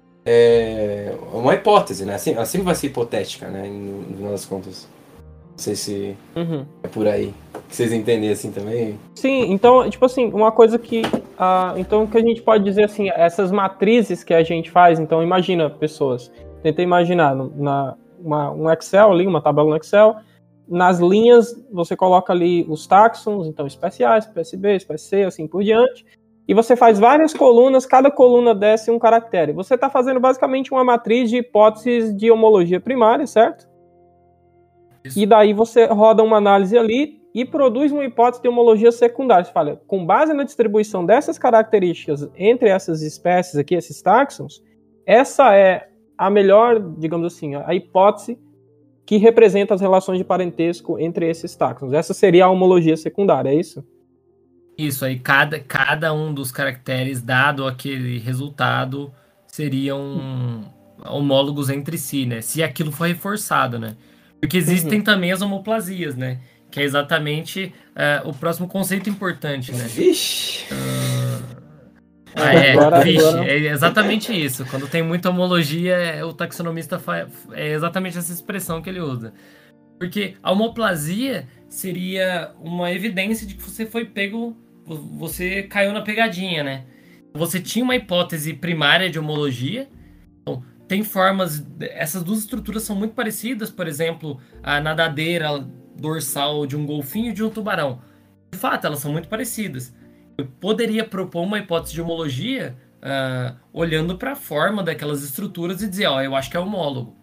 É uma hipótese, né? Assim, ela sempre vai ser hipotética, né? No, no final das contas. Não sei se Uhum. é por aí. Que vocês entendem assim também? Sim, então, tipo assim, uma coisa que... Ah, então, que a gente pode dizer assim, essas matrizes que a gente faz, então, imagina, pessoas, tenta imaginar na, uma, um Excel ali, uma tabela no Excel, nas linhas você coloca ali os táxons, então, espécie A, espécie B, espécie C, assim por diante, e você faz várias colunas, cada coluna desce um caractere. Você está fazendo basicamente uma matriz de hipóteses de homologia primária, certo? Isso. E daí você roda uma análise ali e produz uma hipótese de homologia secundária. Você fala, com base na distribuição dessas características entre essas espécies aqui, esses táxons, essa é a melhor, digamos assim, a hipótese que representa as relações de parentesco entre esses táxons. Essa seria a homologia secundária, é isso? Isso, aí cada, cada um dos caracteres, dado aquele resultado, seriam homólogos entre si, né? Se aquilo for reforçado, né? Porque existem uhum. também as homoplasias, né? Que é exatamente uh, o próximo conceito importante, né? Vixe! Uh... Ah, é, agora, vixe, agora... é exatamente isso. Quando tem muita homologia, o taxonomista faz... é exatamente essa expressão que ele usa. Porque a homoplasia seria uma evidência de que você foi pego, você caiu na pegadinha, né? Você tinha uma hipótese primária de homologia, então, tem formas, essas duas estruturas são muito parecidas, por exemplo, a nadadeira dorsal de um golfinho e de um tubarão. De fato, elas são muito parecidas. Eu poderia propor uma hipótese de homologia uh, olhando para a forma daquelas estruturas e dizer, ó, eu acho que é homólogo.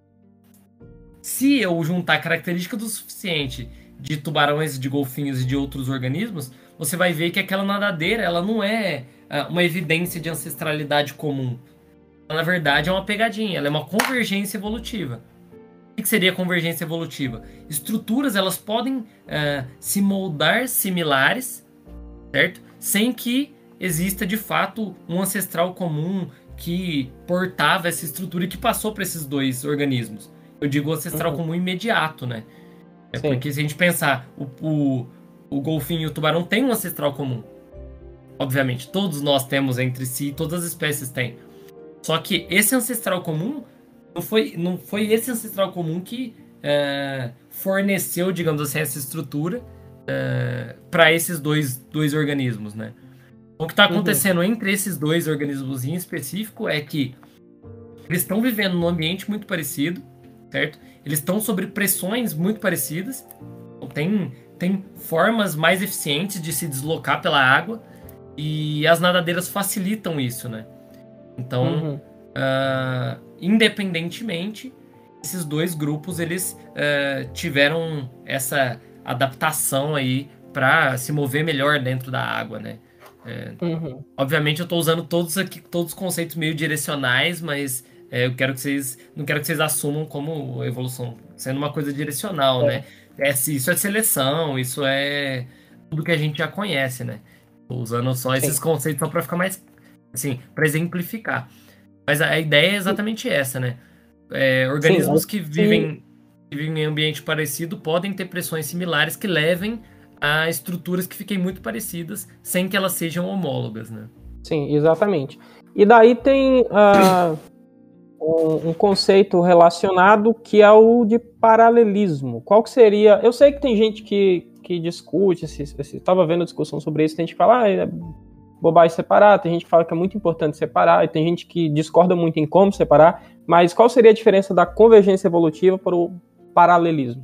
Se eu juntar características do suficiente de tubarões, de golfinhos e de outros organismos, você vai ver que aquela nadadeira ela não é uh, uma evidência de ancestralidade comum. Ela, na verdade, é uma pegadinha, ela é uma convergência evolutiva. O que seria convergência evolutiva? Estruturas elas podem uh, se moldar similares, certo? Sem que exista, de fato, um ancestral comum que portava essa estrutura e que passou para esses dois organismos. Eu digo ancestral uhum. comum imediato, né? É Sim. porque se a gente pensar, o, o, o golfinho e o tubarão têm um ancestral comum. Obviamente, todos nós temos entre si, todas as espécies têm. Só que esse ancestral comum, não foi, não foi esse ancestral comum que é, forneceu, digamos assim, essa estrutura é, para esses dois, dois organismos, né? O que está acontecendo uhum. entre esses dois organismos em específico é que eles estão vivendo num ambiente muito parecido, certo? Eles estão sob pressões muito parecidas, então, tem, tem formas mais eficientes de se deslocar pela água e as nadadeiras facilitam isso, né? Então, uhum. uh, independentemente, esses dois grupos eles uh, tiveram essa adaptação aí para se mover melhor dentro da água, né? É, uhum. Obviamente eu estou usando todos aqui todos os conceitos meio direcionais, mas é, eu quero que vocês não quero que vocês assumam como evolução sendo uma coisa direcional, é. né? É, isso é seleção, isso é tudo que a gente já conhece, né? Tô usando só Sim. esses conceitos só para ficar mais assim, para exemplificar. Mas a, a ideia é exatamente essa, né? É, organismos Sim, que vivem, que vivem em ambiente parecido podem ter pressões similares que levem a estruturas que fiquem muito parecidas sem que elas sejam homólogas, né? Sim, exatamente. E daí tem uh, um, um conceito relacionado que é o de paralelismo. Qual que seria... Eu sei que tem gente que, que discute, estava vendo a discussão sobre isso, tem gente que fala, ah, é bobagem separar, tem gente que fala que é muito importante separar, e tem gente que discorda muito em como separar, mas qual seria a diferença da convergência evolutiva para o paralelismo?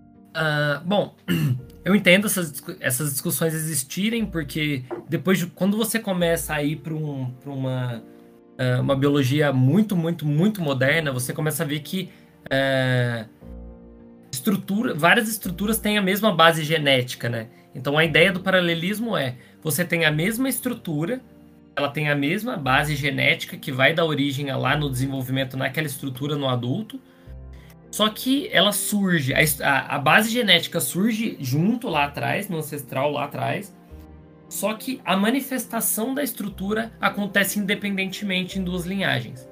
Uh, bom... Eu entendo essas, essas discussões existirem, porque depois de quando você começa a ir para um, uma, uh, uma biologia muito, muito, muito moderna, você começa a ver que uh, estrutura, várias estruturas têm a mesma base genética, né? Então a ideia do paralelismo é, você tem a mesma estrutura, ela tem a mesma base genética que vai dar origem lá no desenvolvimento naquela estrutura no adulto, só que ela surge, a, a base genética surge junto lá atrás, no ancestral lá atrás, só que a manifestação da estrutura acontece independentemente em duas linhagens.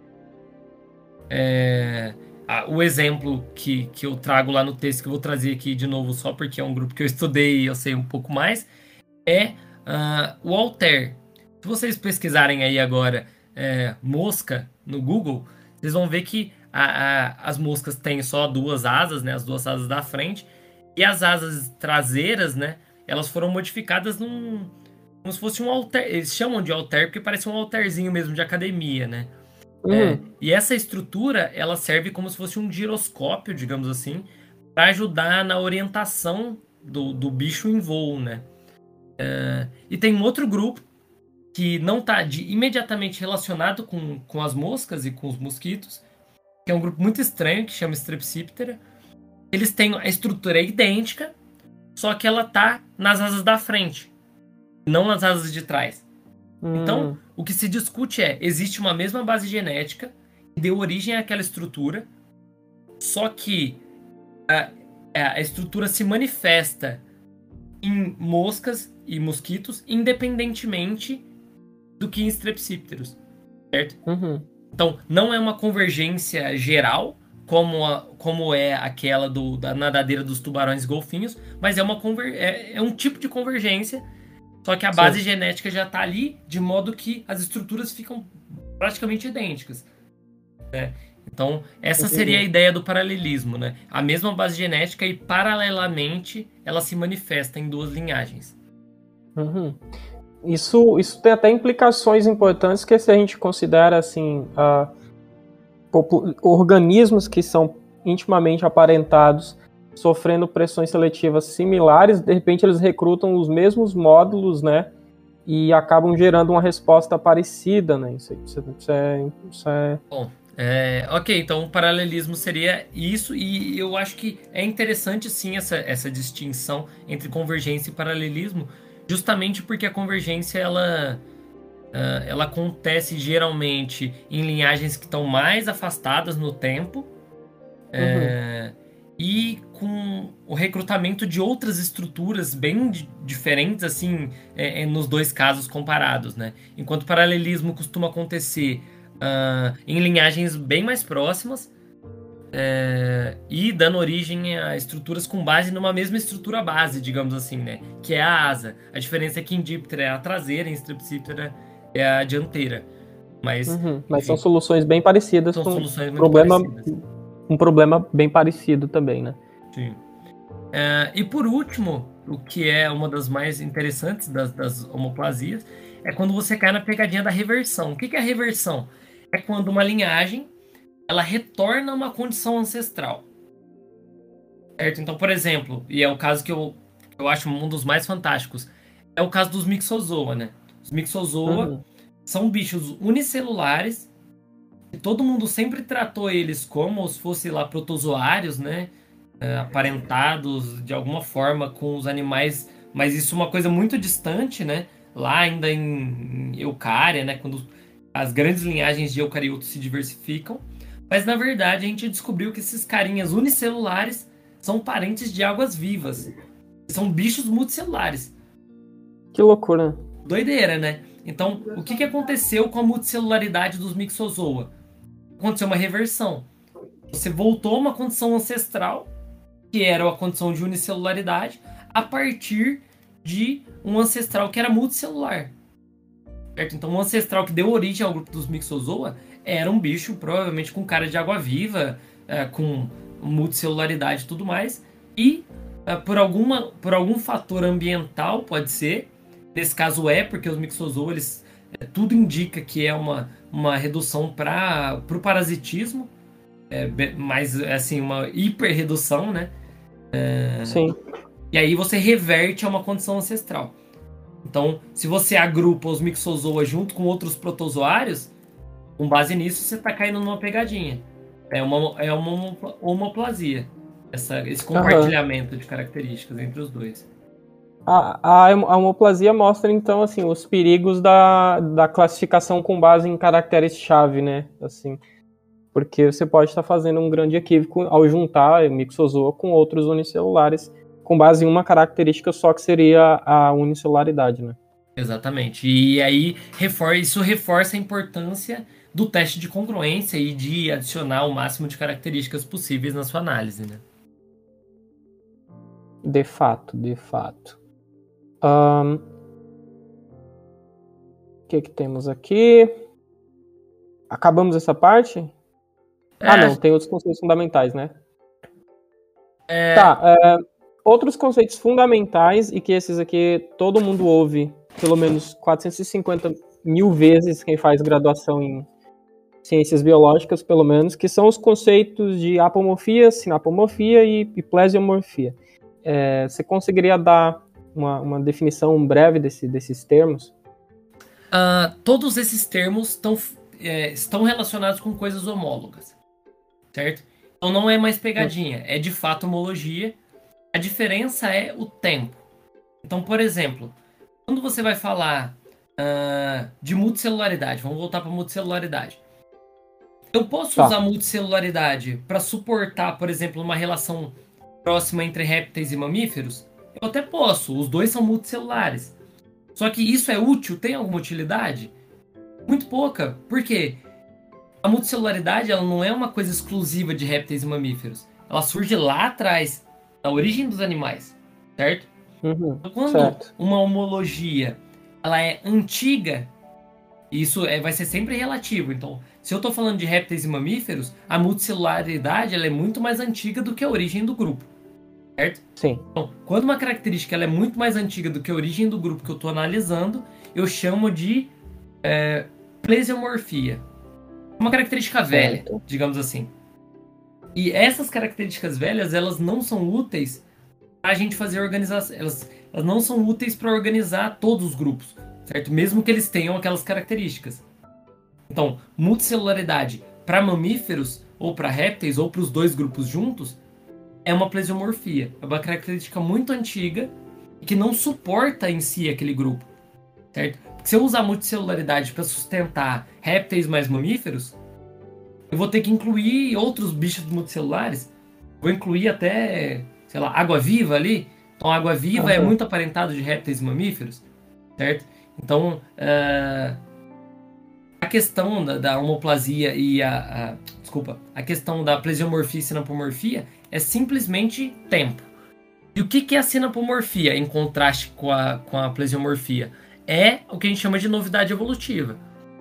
É... Ah, o exemplo que, que eu trago lá no texto, que eu vou trazer aqui de novo só porque é um grupo que eu estudei e eu sei um pouco mais, é uh, o Altair. Se vocês pesquisarem aí agora é, mosca no Google, vocês vão ver que a, a, as moscas têm só duas asas, né, as duas asas da frente, e as asas traseiras, né, elas foram modificadas num, como se fosse um Altair. Eles chamam de Altair porque parece um Altairzinho mesmo de academia, né? Uhum. É, e essa estrutura, ela serve como se fosse um giroscópio, digamos assim, para ajudar na orientação do, do bicho em voo, né? É, e tem um outro grupo que não está imediatamente relacionado com, com as moscas e com os mosquitos, que é um grupo muito estranho, que chama Strepsiptera. Eles têm a estrutura idêntica, só que ela tá nas asas da frente, não nas asas de trás. Hum. Então, o que se discute é, existe uma mesma base genética que deu origem àquela estrutura, só que a, a estrutura se manifesta em moscas e mosquitos independentemente do que em Strepsipterus, certo? Uhum. Então, não é uma convergência geral, como, a, como é aquela do, da nadadeira dos tubarões e golfinhos, mas é, uma conver, é, é um tipo de convergência. Só que a base Sim. genética já está ali, de modo que as estruturas ficam praticamente idênticas, né? Então, essa seria a ideia do paralelismo, né? A mesma base genética e, paralelamente, ela se manifesta em duas linhagens. Uhum. Isso, isso tem até implicações importantes, que se a gente considera, assim, uh, organismos que são intimamente aparentados, sofrendo pressões seletivas similares, de repente eles recrutam os mesmos módulos, né, e acabam gerando uma resposta parecida, né, isso, isso, isso, é, isso é... Bom, é, ok, então o paralelismo seria isso, e eu acho que é interessante sim essa, essa distinção entre convergência e paralelismo, justamente porque a convergência, ela, uh, ela acontece geralmente em linhagens que estão mais afastadas no tempo, uhum. é, e com o recrutamento de outras estruturas bem d- diferentes, assim, é, é, nos dois casos comparados, né? Enquanto o paralelismo costuma acontecer uh, em linhagens bem mais próximas, é, e dando origem a estruturas com base numa mesma estrutura base, digamos assim, né? Que é a asa. A diferença é que em Diptera é a traseira, em Strepsiptera é a dianteira. Mas, uhum, mas enfim, são soluções bem parecidas, são com soluções muito problema, parecidas. um problema bem parecido também, né? Sim. É, e por último, o que é uma das mais interessantes das, das homoplasias, é quando você cai na pegadinha da reversão. O que, que é a reversão? É quando uma linhagem ela retorna a uma condição ancestral. Certo? Então, por exemplo, e é o caso que eu, que eu acho um dos mais fantásticos, é o caso dos Mixozoa, né? Os Mixozoa uhum. são bichos unicelulares, e todo mundo sempre tratou eles como se fossem lá protozoários, né? É, aparentados de alguma forma com os animais, mas isso é uma coisa muito distante, né? Lá ainda em, em Eucária, né? Quando as grandes linhagens de eucariotos se diversificam. Mas na verdade a gente descobriu que esses carinhas unicelulares são parentes de águas-vivas. São bichos multicelulares. Que loucura. Doideira, né? Então, o que, que aconteceu com a multicelularidade dos Mixozoa? Aconteceu uma reversão. Você voltou a uma condição ancestral, que era a condição de unicelularidade, a partir de um ancestral que era multicelular. Certo? Então, um ancestral que deu origem ao grupo dos Mixozoa era um bicho, provavelmente com cara de água-viva, é, com multicelularidade e tudo mais, e é, por, alguma, por algum fator ambiental, pode ser, nesse caso é, porque os Mixozoa, eles, é, tudo indica que é uma, uma redução para o parasitismo, é, mas assim, uma hiperredução, né? É, Sim. E aí você reverte a uma condição ancestral. Então, se você agrupa os Mixozoa junto com outros protozoários, com base nisso, você está caindo numa pegadinha. É uma, é uma homoplasia. essa, esse compartilhamento uhum. de características entre os dois. A, a, a homoplasia mostra, então, assim, os perigos da, da classificação com base em caracteres-chave, né? Assim, porque você pode estar fazendo um grande equívoco ao juntar mixozoa com outros unicelulares com base em uma característica só, que seria a unicelularidade, né? Exatamente. E aí, refor- isso reforça a importância do teste de congruência e de adicionar o máximo de características possíveis na sua análise, né? De fato, de fato. Um, o que que temos aqui? Acabamos essa parte? É, ah, não, tem outros conceitos fundamentais, né? É... Tá, é, outros conceitos fundamentais, e que esses aqui todo mundo ouve pelo menos quatrocentas e cinquenta mil vezes, quem faz graduação em ciências biológicas, pelo menos, que são os conceitos de apomorfia, sinapomorfia e, e plesiomorfia. É, você conseguiria dar uma, uma definição breve desse, desses termos? Uh, todos esses termos estão, é, estão relacionados com coisas homólogas, certo? Então não é mais pegadinha, é de fato homologia. A diferença é o tempo. Então, por exemplo, quando você vai falar uh, de multicelularidade, vamos voltar para multicelularidade. Eu posso tá. usar multicelularidade para suportar, por exemplo, uma relação próxima entre répteis e mamíferos? Eu até posso, os dois são multicelulares. Só que isso é útil? Tem alguma utilidade? Muito pouca. Por quê? A multicelularidade ela não é uma coisa exclusiva de répteis e mamíferos. Ela surge lá atrás, na origem dos animais, certo? Uhum, então, quando certo. uma homologia ela é antiga, isso é, vai ser sempre relativo. Então, se eu estou falando de répteis e mamíferos, a multicelularidade ela é muito mais antiga do que a origem do grupo. Certo? Sim. Então, quando uma característica ela é muito mais antiga do que a origem do grupo que eu estou analisando, eu chamo de é, plesiomorfia. Uma característica certo. velha, digamos assim. E essas características velhas, elas não são úteis para a gente fazer organização. Elas, elas não são úteis para organizar todos os grupos, certo? Mesmo que eles tenham aquelas características. Então, multicelularidade para mamíferos, ou para répteis, ou para os dois grupos juntos, é uma plesiomorfia. É uma característica muito antiga e que não suporta em si aquele grupo, certo? Porque se eu usar multicelularidade para sustentar répteis mais mamíferos, eu vou ter que incluir outros bichos multicelulares. Vou incluir até, sei lá, água-viva ali. Então, água-viva uhum. é muito aparentado de répteis e mamíferos, certo? Então, uh, a questão da, da homoplasia e a, a... Desculpa. A questão da plesiomorfia e sinapomorfia é simplesmente tempo. E o que, que é a sinapomorfia em contraste com a, com a plesiomorfia? É o que a gente chama de novidade evolutiva.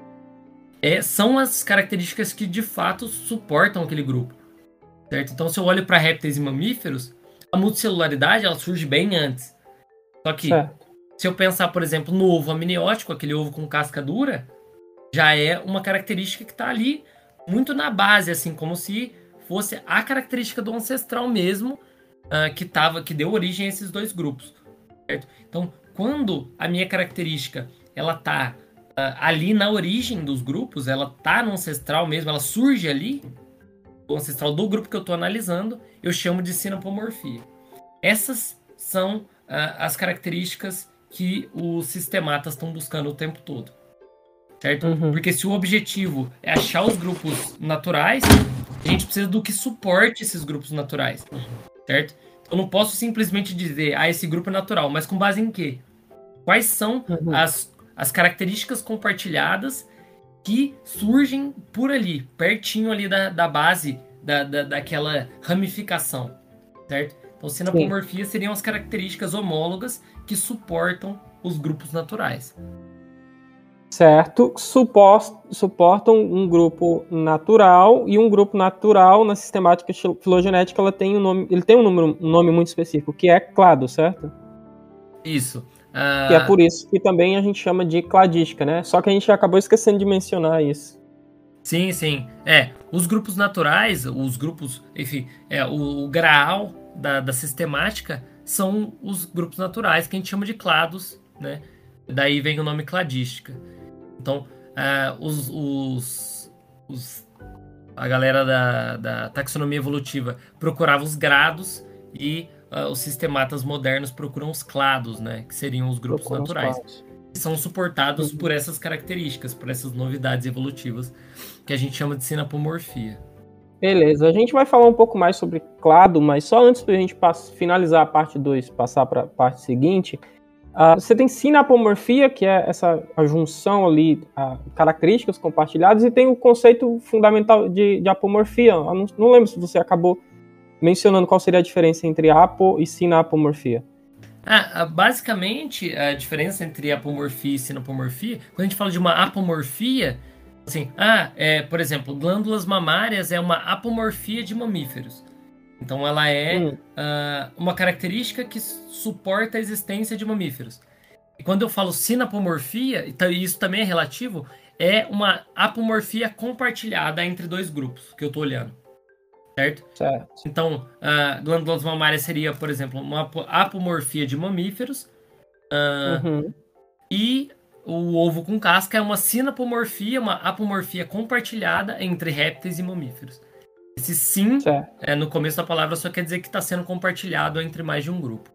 É, são as características que de fato suportam aquele grupo, certo? Então, se eu olho para répteis e mamíferos, a multicelularidade ela surge bem antes. Só que, certo. se eu pensar, por exemplo, no ovo amniótico, aquele ovo com casca dura, já é uma característica que está ali muito na base, assim, como se fosse a característica do ancestral mesmo, uh, que, tava, que deu origem a esses dois grupos, certo? Então, quando a minha característica ela está uh, ali na origem dos grupos, ela está no ancestral mesmo, ela surge ali, o ancestral do grupo que eu estou analisando, eu chamo de sinapomorfia. Essas são uh, as características que os sistematas estão buscando o tempo todo. Certo? Uhum. Porque se o objetivo é achar os grupos naturais, a gente precisa do que suporte esses grupos naturais. Certo? Eu não posso simplesmente dizer, ah, esse grupo é natural, mas com base em quê? Quais são uhum. as, as características compartilhadas que surgem por ali, pertinho ali da, da base da, da, daquela ramificação. Certo? Então, sinapomorfia seriam as características homólogas que suportam os grupos naturais. Certo, suportam um grupo natural, e um grupo natural na sistemática filogenética ela tem um nome, ele tem um, número, um nome muito específico, que é clado, certo? Isso. Uh... E é por isso que também a gente chama de cladística, né? Só que a gente acabou esquecendo de mencionar isso. Sim, sim. É, os grupos naturais, os grupos, enfim, é, o, o graal da, da sistemática são os grupos naturais, que a gente chama de clados, né? Daí vem o nome cladística. Então, uh, os, os, os a galera da, da taxonomia evolutiva procurava os grados e uh, os sistematas modernos procuram os clados, né? Que seriam os grupos Procuram os naturais. clados. Que são suportados Uhum. por essas características, por essas novidades evolutivas que a gente chama de sinapomorfia. Beleza, a gente vai falar um pouco mais sobre clado, mas só antes da gente finalizar a parte dois, passar para a parte seguinte, uh, você tem sinapomorfia, que é essa a junção ali, uh, características compartilhadas, e tem o conceito fundamental de, de apomorfia. Eu não, não lembro se você acabou mencionando qual seria a diferença entre apo e sinapomorfia. Ah, basicamente, a diferença entre apomorfia e sinapomorfia, quando a gente fala de uma apomorfia, assim, ah, é, por exemplo, glândulas mamárias é uma apomorfia de mamíferos. Então ela é Hum. uh, uma característica que suporta a existência de mamíferos. E quando eu falo sinapomorfia, e isso também é relativo, é uma apomorfia compartilhada entre dois grupos que eu estou olhando. Certo? Certo. Então, uh, glândulas mamárias seria, por exemplo, uma apomorfia de mamíferos. Uh, uhum. E o ovo com casca é uma sinapomorfia, uma apomorfia compartilhada entre répteis e mamíferos. Esse sim, é, no começo da palavra, só quer dizer que está sendo compartilhado entre mais de um grupo.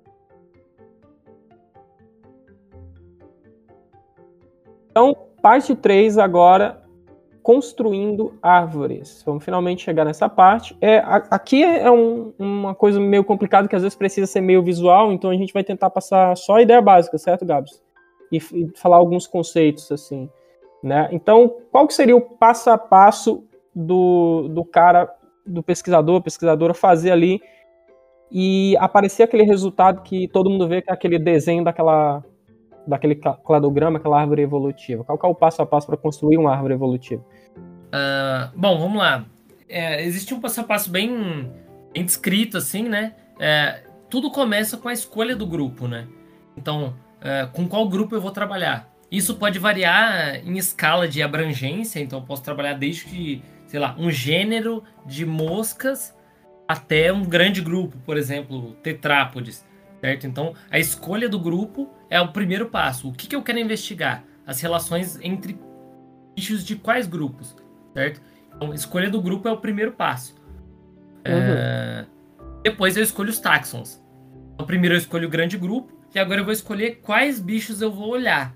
Então, parte três agora, construindo árvores. Vamos finalmente chegar nessa parte. É, aqui é um, uma coisa meio complicada, que às vezes precisa ser meio visual, então a gente vai tentar passar só a ideia básica, certo, Gabs? E, e falar alguns conceitos, assim, né? Então, qual que seria o passo a passo do, do cara, do pesquisador, pesquisadora, fazer ali e aparecer aquele resultado que todo mundo vê, que é aquele desenho daquela, daquele cladograma, aquela árvore evolutiva? Qual que é o passo a passo para construir uma árvore evolutiva? Uh, bom, vamos lá. É, existe um passo a passo bem, bem descrito, assim, né? É, tudo começa com a escolha do grupo, né? Então, é, com qual grupo eu vou trabalhar? Isso pode variar em escala de abrangência, então eu posso trabalhar desde que, sei lá, um gênero de moscas até um grande grupo, por exemplo, tetrápodes, certo? Então, a escolha do grupo é o primeiro passo. O que, que eu quero investigar? As relações entre bichos de quais grupos, certo? Então, a escolha do grupo é o primeiro passo. Uhum. É... Depois eu escolho os táxons. Então, primeiro eu escolho o grande grupo e agora eu vou escolher quais bichos eu vou olhar.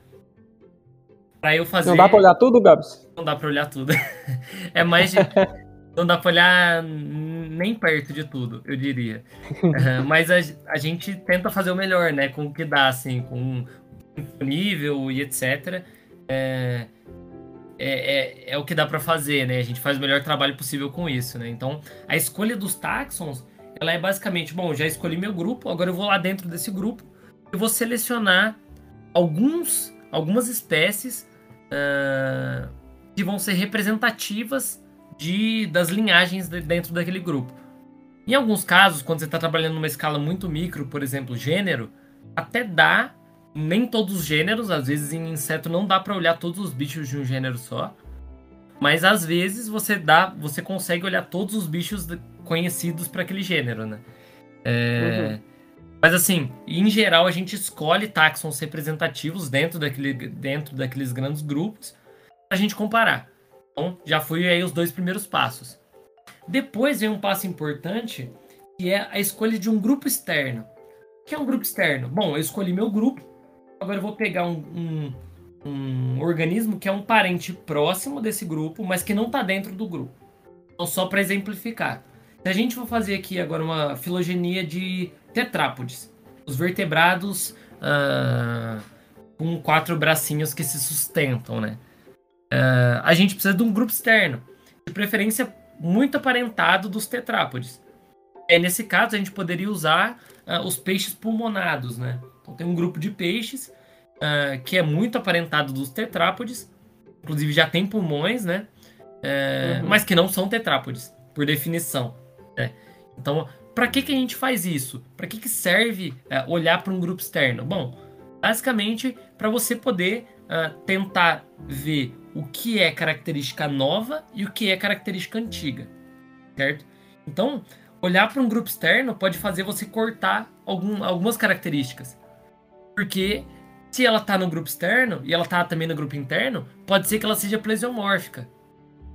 Pra eu fazer... Não dá pra olhar tudo, Gabs? Não dá pra olhar tudo. É mais de... Não dá pra olhar nem perto de tudo, eu diria. Uh, mas a, a gente tenta fazer o melhor, né? Com o que dá, assim, com o nível e etcétera. É, é, é, é o que dá pra fazer, né? A gente faz o melhor trabalho possível com isso, né? Então, a escolha dos táxons, ela é basicamente, bom, já escolhi meu grupo, agora eu vou lá dentro desse grupo, eu vou selecionar alguns, algumas espécies uh, que vão ser representativas De, das linhagens de, dentro daquele grupo. Em alguns casos, quando você está trabalhando numa escala muito micro, por exemplo, gênero, até dá, nem todos os gêneros, às vezes em inseto não dá para olhar todos os bichos de um gênero só, mas às vezes você dá, você consegue olhar todos os bichos conhecidos para aquele gênero, né? É, uhum. Mas assim, em geral a gente escolhe táxons representativos dentro, daquele, dentro daqueles grandes grupos para a gente comparar. Então, já fui aí os dois primeiros passos. Depois vem um passo importante, que é a escolha de um grupo externo. O que é um grupo externo? Bom, eu escolhi meu grupo, agora eu vou pegar um, um, um organismo que é um parente próximo desse grupo, mas que não está dentro do grupo. Então, só para exemplificar. Se a gente for fazer aqui agora uma filogenia de tetrápodes, os vertebrados uh, com quatro bracinhos que se sustentam, né? Uh, a gente precisa de um grupo externo, de preferência muito aparentado dos tetrápodes. É, nesse caso, a gente poderia usar uh, os peixes pulmonados, né? Então, tem um grupo de peixes uh, que é muito aparentado dos tetrápodes, inclusive já tem pulmões, né? Uh, uhum. Mas que não são tetrápodes, por definição. Né? Então, para que, que a gente faz isso? Para que, que serve uh, olhar para um grupo externo? Bom, basicamente, para você poder uh, tentar ver o que é característica nova e o que é característica antiga, certo? Então, olhar para um grupo externo pode fazer você cortar algum, algumas características. Porque se ela está no grupo externo e ela está também no grupo interno, pode ser que ela seja plesiomórfica.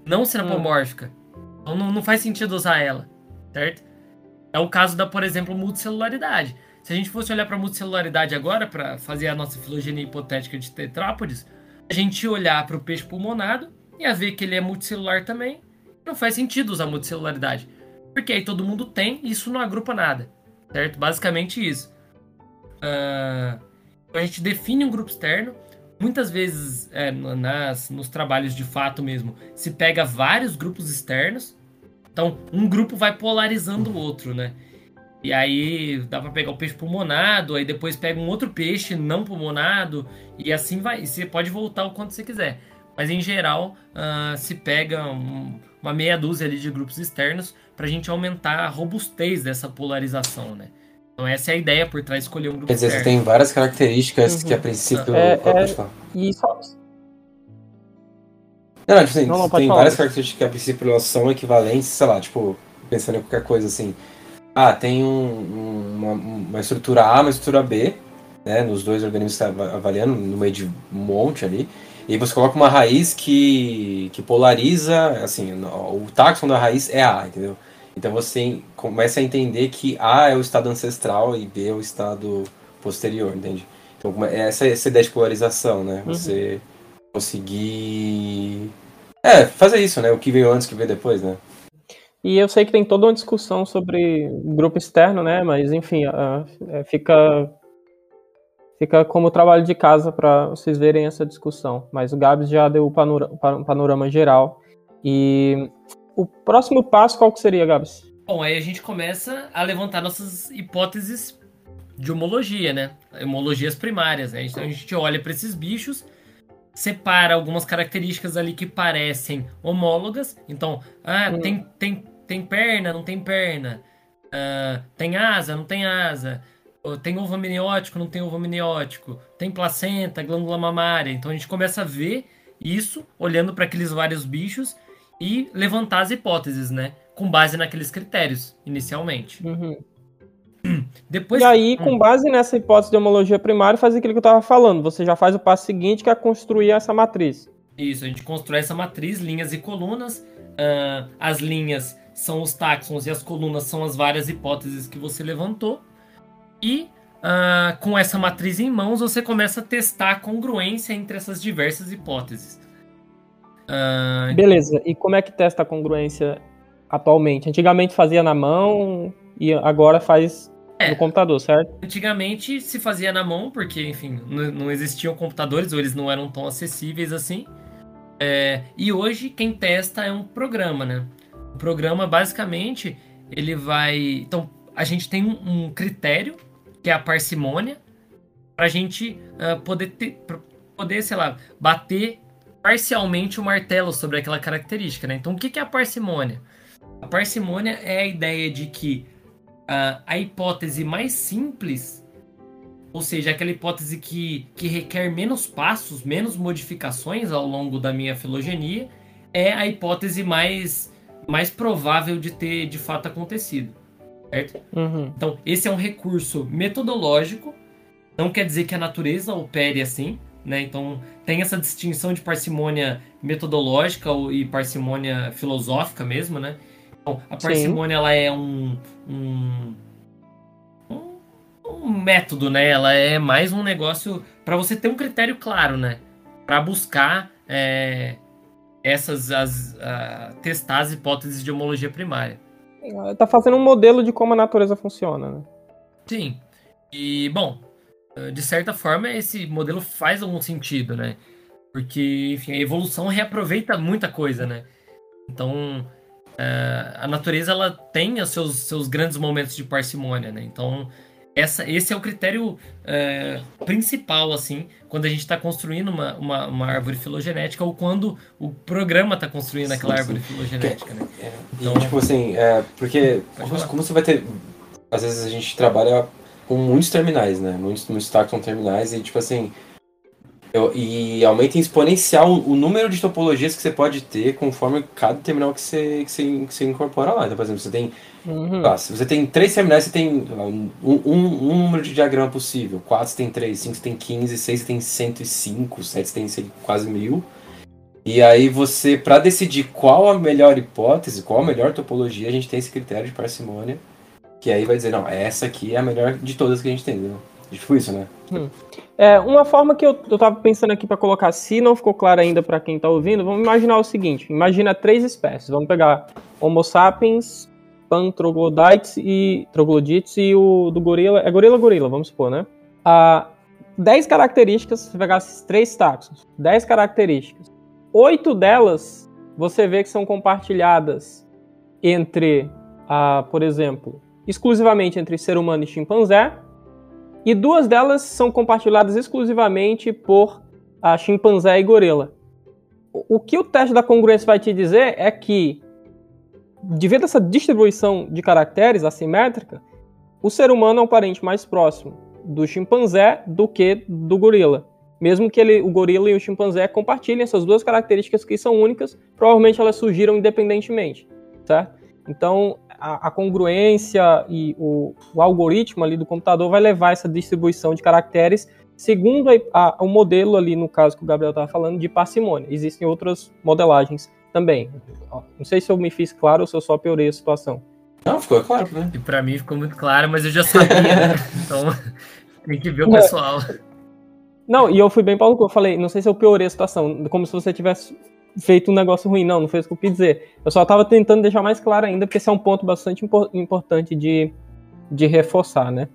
não sinapomórfica. Então não, não faz sentido usar ela, certo? É o caso da, por exemplo, multicelularidade. Se a gente fosse olhar para multicelularidade agora, para fazer a nossa filogenia hipotética de tetrápodes, a gente ia olhar para o peixe pulmonado e ia ver que ele é multicelular também. Não faz sentido usar multicelularidade, porque aí todo mundo tem e isso não agrupa nada, certo? Basicamente isso. Uh, a gente define um grupo externo. Muitas vezes, é, nas, nos trabalhos de fato mesmo, se pega vários grupos externos. Então, um grupo vai polarizando o outro, né? E aí dá pra pegar o peixe pulmonado, aí depois pega um outro peixe não pulmonado, e assim vai. E você pode voltar o quanto você quiser. Mas, em geral, uh, se pega um, uma meia dúzia ali de grupos externos pra gente aumentar a robustez dessa polarização, né? Então essa é a ideia por trás de escolher um grupo Quer dizer, externo. você tem várias características Uhum. que a princípio... É, Pode é, falar. e só... Não, não, tipo assim, Não, não, pode tem falar. várias características que a princípio elas são equivalentes, sei lá, tipo, pensando em qualquer coisa assim. Ah, tem um, um- uma, uma estrutura A, uma estrutura B, né, nos dois organismos que você está avaliando, no meio de um monte ali, e aí você coloca uma raiz que, que polariza, assim, o táxon da raiz é A, entendeu? Então você começa a entender que A é o estado ancestral e B é o estado posterior, entende? Então como é- essa é essa ideia de polarização, né? Você conseguir... É, fazer isso, né? O que veio antes, o que veio depois, né? E eu sei que tem toda uma discussão sobre grupo externo, né? Mas, enfim, uh, é, fica, fica como trabalho de casa para vocês verem essa discussão. Mas o Gabs já deu o panorama, panorama geral. E o próximo passo, qual que seria, Gabs? Bom, aí a gente começa a levantar nossas hipóteses de homologia, né? Homologias primárias, né? Então a gente olha para esses bichos, separa algumas características ali que parecem homólogas. Então, ah, Hum. tem, tem, tem perna, não tem perna. Ah, tem asa, não tem asa. Ou tem ovo amniótico, não tem ovo amniótico. Tem placenta, glândula mamária. Então a gente começa a ver isso, olhando para aqueles vários bichos e levantar as hipóteses, né? Com base naqueles critérios, inicialmente. Uhum. Depois, E aí, Hum. com base nessa hipótese de homologia primária, faz aquilo que eu estava falando. Você já faz o passo seguinte, que é construir essa matriz. Isso, a gente constrói essa matriz, linhas e colunas. Uh, as linhas são os táxons e as colunas são as várias hipóteses que você levantou. E uh, com essa matriz em mãos, você começa a testar a congruência entre essas diversas hipóteses. Uh, Beleza, e como é que testa a congruência atualmente? Antigamente fazia na mão e agora faz É. no computador, certo? Antigamente se fazia na mão, porque, enfim, não, não existiam computadores, ou eles não eram tão acessíveis assim. É, e hoje quem testa é um programa, né? O programa, basicamente, ele vai... Então, a gente tem um, um critério, que é a parcimônia, para a gente uh, poder, ter, pra poder, sei lá, bater parcialmente o martelo sobre aquela característica, né? Então, o que, que é a parcimônia? A parcimônia é a ideia de que uh, a hipótese mais simples, ou seja, aquela hipótese que, que requer menos passos, menos modificações ao longo da minha filogenia, é a hipótese mais, mais provável de ter de fato acontecido, certo? Uhum. Então, esse é um recurso metodológico, não quer dizer que a natureza opere assim, né? Então, tem essa distinção de parcimônia metodológica e parcimônia filosófica mesmo, né? Então, a parcimônia, ela é um... um um método, né? Ela é mais um negócio para você ter um critério claro, né? Para buscar é, essas as, a, testar as hipóteses de homologia primária. Tá fazendo um modelo de como a natureza funciona, né? Sim. E, bom, de certa forma, esse modelo faz algum sentido, né? Porque, enfim, a evolução reaproveita muita coisa, né? Então, a natureza, ela tem os seus, seus grandes momentos de parcimônia, né? Então, Essa, esse é o critério é, principal, assim, quando a gente está construindo uma, uma, uma árvore filogenética ou quando o programa está construindo Sim, aquela sim. árvore filogenética, né? É, Então- e tipo assim, é, porque Pode como, falar. como você vai ter. Às vezes a gente trabalha com muitos terminais, né? Muitos, muitos táxon terminais e tipo assim. Eu, e aumenta em exponencial o, o número de topologias que você pode ter conforme cada terminal que você, que você, que você incorpora lá. Então, por exemplo, você tem. Uhum. Ah, se você tem três terminais, você tem um, um, um número de diagrama possível. Quatro você tem três, cinco você tem quinze, seis você tem cento e cinco, sete você tem sei, quase mil. E aí você, para decidir qual a melhor hipótese, qual a melhor topologia, a gente tem esse critério de parcimônia, que aí vai dizer, não, essa aqui é a melhor de todas que a gente tem, entendeu? Tipo isso, né? Hum. É, uma forma que eu, eu tava pensando aqui para colocar, se não ficou claro ainda para quem tá ouvindo, vamos imaginar o seguinte, imagina três espécies, vamos pegar Homo sapiens, Pan Troglodytes e Troglodites e o do gorila, é gorila gorila, vamos supor, né? Ah, dez características, se pegar esses três taxons, dez características, oito delas você vê que são compartilhadas entre, ah, por exemplo, exclusivamente entre ser humano e chimpanzé, e duas delas são compartilhadas exclusivamente por ah, chimpanzé e gorila. O, o que o teste da congruência vai te dizer é que, devido a essa distribuição de caracteres assimétrica, o ser humano é um parente mais próximo do chimpanzé do que do gorila. Mesmo que ele, o gorila e o chimpanzé compartilhem essas duas características que são únicas, provavelmente elas surgiram independentemente, certo? Então, a, a congruência e o, o algoritmo ali do computador vai levar essa distribuição de caracteres segundo a, a, o modelo ali, no caso que o Gabriel estava falando, de parcimônia. Existem outras modelagens também. Não sei se eu me fiz claro ou se eu só piorei a situação. Não, ficou claro, né? E pra mim ficou muito claro, mas eu já sabia, né? Então tem que ver o pessoal. Não, e eu fui bem paulo que eu falei, não sei se eu piorei a situação, como se você tivesse feito um negócio ruim, não, não foi isso que eu quis dizer. Eu só estava tentando deixar mais claro ainda, porque esse é um ponto bastante impor- importante de, de reforçar, né?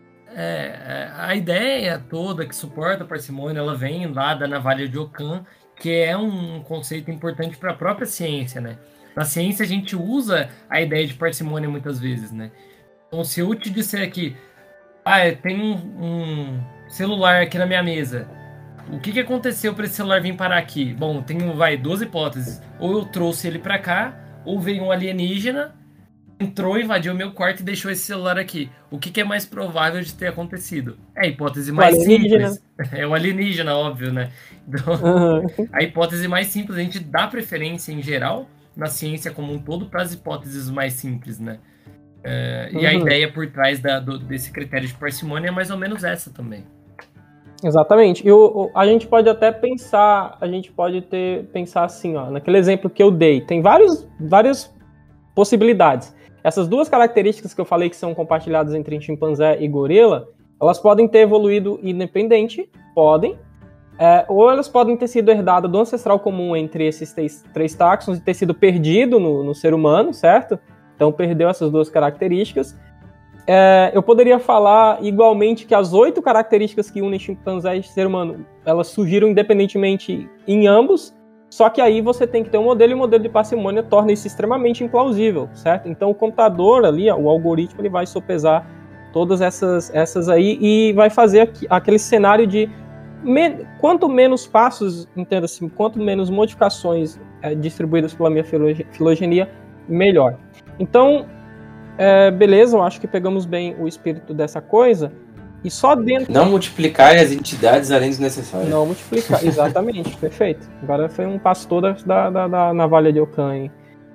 É, a ideia toda que suporta a parcimônia, ela vem lá da navalha de Ockham, que é um conceito importante para a própria ciência, né? Na ciência a gente usa a ideia de parcimônia muitas vezes, né? Então se eu te disser aqui, ah, tem um, um celular aqui na minha mesa, o que, que aconteceu para esse celular vir parar aqui? Bom, tem, vai, duas hipóteses. Ou eu trouxe ele para cá, ou veio um alienígena, entrou, invadiu o meu quarto e deixou esse celular aqui. O que, que é mais provável de ter acontecido? É a hipótese mais simples. É o alienígena, óbvio, né? Então, uhum. A hipótese mais simples, a gente dá preferência em geral, na ciência como um todo, para as hipóteses mais simples, né? É, uhum. E a ideia por trás da, do, desse critério de parcimônia é mais ou menos essa também. Exatamente. E o, o, a gente pode até pensar, a gente pode ter, pensar assim, ó, naquele exemplo que eu dei, tem vários, várias possibilidades. Essas duas características que eu falei que são compartilhadas entre chimpanzé e gorila, elas podem ter evoluído independente, podem, é, ou elas podem ter sido herdadas do ancestral comum entre esses três, três táxons e ter sido perdido no, no ser humano, certo? Então perdeu essas duas características. É, eu poderia falar igualmente que as oito características que unem chimpanzé e ser humano, elas surgiram independentemente em ambos, só que aí você tem que ter um modelo e o modelo de parcimônia torna isso extremamente implausível, certo? Então o computador ali, o algoritmo, ele vai sopesar todas essas, essas aí e vai fazer aqui, aquele cenário de me, quanto menos passos, entenda-se, quanto menos modificações é, distribuídas pela minha filogenia, melhor. Então, É, beleza, eu acho que pegamos bem o espírito dessa coisa. E só dentro... Não multiplicar as entidades além do necessário. Não multiplicar, exatamente, perfeito. Agora foi um pastor da, da, da navalha de Ockham.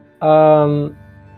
Um,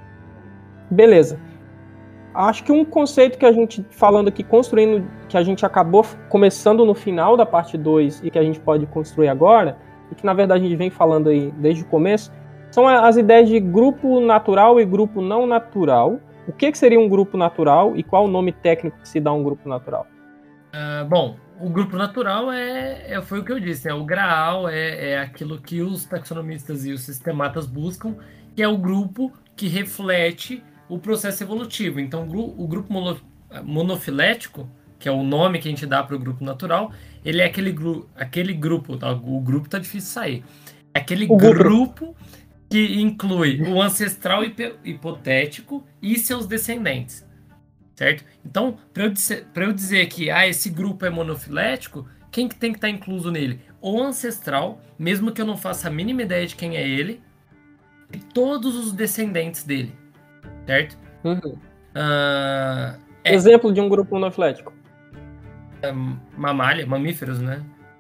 beleza. Acho que um conceito que a gente, falando aqui, construindo, que a gente acabou começando no final da parte dois e que a gente pode construir agora, e que na verdade a gente vem falando aí desde o começo, são as ideias de grupo natural e grupo não natural. O que, que seria um grupo natural e qual o nome técnico que se dá a um grupo natural? Uh, bom, o grupo natural é, é, foi o que eu disse, né? O graal é, é aquilo que os taxonomistas e os sistematas buscam, que é o grupo que reflete o processo evolutivo. Então, o grupo mono, monofilético, que é o nome que a gente dá para o grupo natural, ele é aquele, gru, aquele grupo, tá? O grupo tá difícil de sair, é aquele o grupo... grupo que inclui o ancestral hipotético e seus descendentes, certo? Então, para eu, eu dizer que ah, esse grupo é monofilético, quem que tem que estar incluso nele? O ancestral, mesmo que eu não faça a mínima ideia de quem é ele, e todos os descendentes dele, certo? Uhum. Uh, é, Exemplo de um grupo monofilético. É, mamália, mamíferos, né?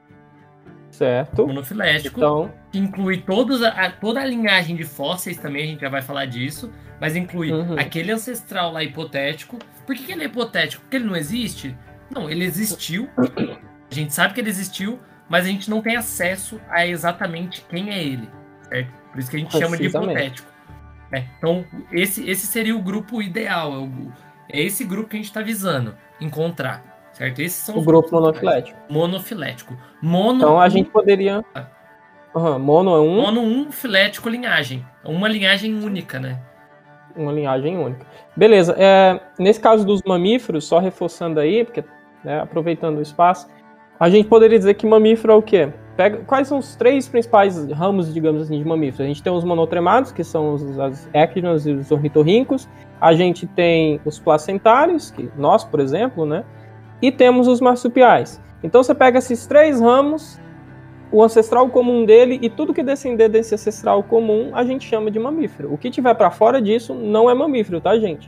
Certo. Monofilético, então... que inclui todos a, toda a linhagem de fósseis também, a gente já vai falar disso, mas inclui uhum. aquele ancestral lá hipotético. Por que, que ele é hipotético? Porque ele não existe? Não, ele existiu, a gente sabe que ele existiu, mas a gente não tem acesso a exatamente quem é ele, certo? Por isso que a gente chama de hipotético. É, então, esse, esse seria o grupo ideal, é, o, é esse grupo que a gente está visando encontrar, certo? Esses são o os grupo monofilético. Monofilético. Mono então a um, gente poderia... Uhum, mono é um... Mono um, filético, linhagem. Uma linhagem única, né? Uma linhagem única. Beleza. É, nesse caso dos mamíferos, só reforçando aí, porque, né, aproveitando o espaço, a gente poderia dizer que mamífero é o quê? Pega, quais são os três principais ramos, digamos assim, de mamíferos? A gente tem os monotremados, que são os, as equinos e os ornitorrincos. A gente tem os placentários, que nós, por exemplo, né? E temos os marsupiais. Então você pega esses três ramos, o ancestral comum dele, e tudo que descender desse ancestral comum, a gente chama de mamífero. O que tiver para fora disso não é mamífero, tá, gente?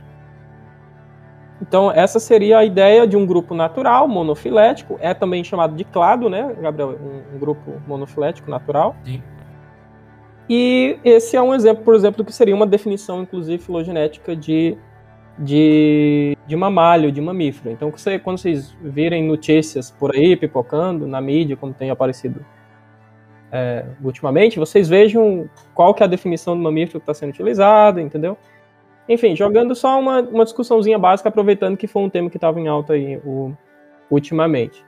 Então, essa seria a ideia de um grupo natural, monofilético. É também chamado de clado, né, Gabriel? Um, um grupo monofilético natural. Sim. E esse é um exemplo, por exemplo, do que seria uma definição, inclusive, filogenética de, de, de mamalho, de mamífero. Então, você, quando vocês virem notícias por aí, pipocando, na mídia, como tem aparecido É, ultimamente, vocês vejam qual que é a definição do mamífero que está sendo utilizada, entendeu? Enfim, jogando só uma, uma discussãozinha básica, aproveitando que foi um tema que estava em alta aí o, ultimamente.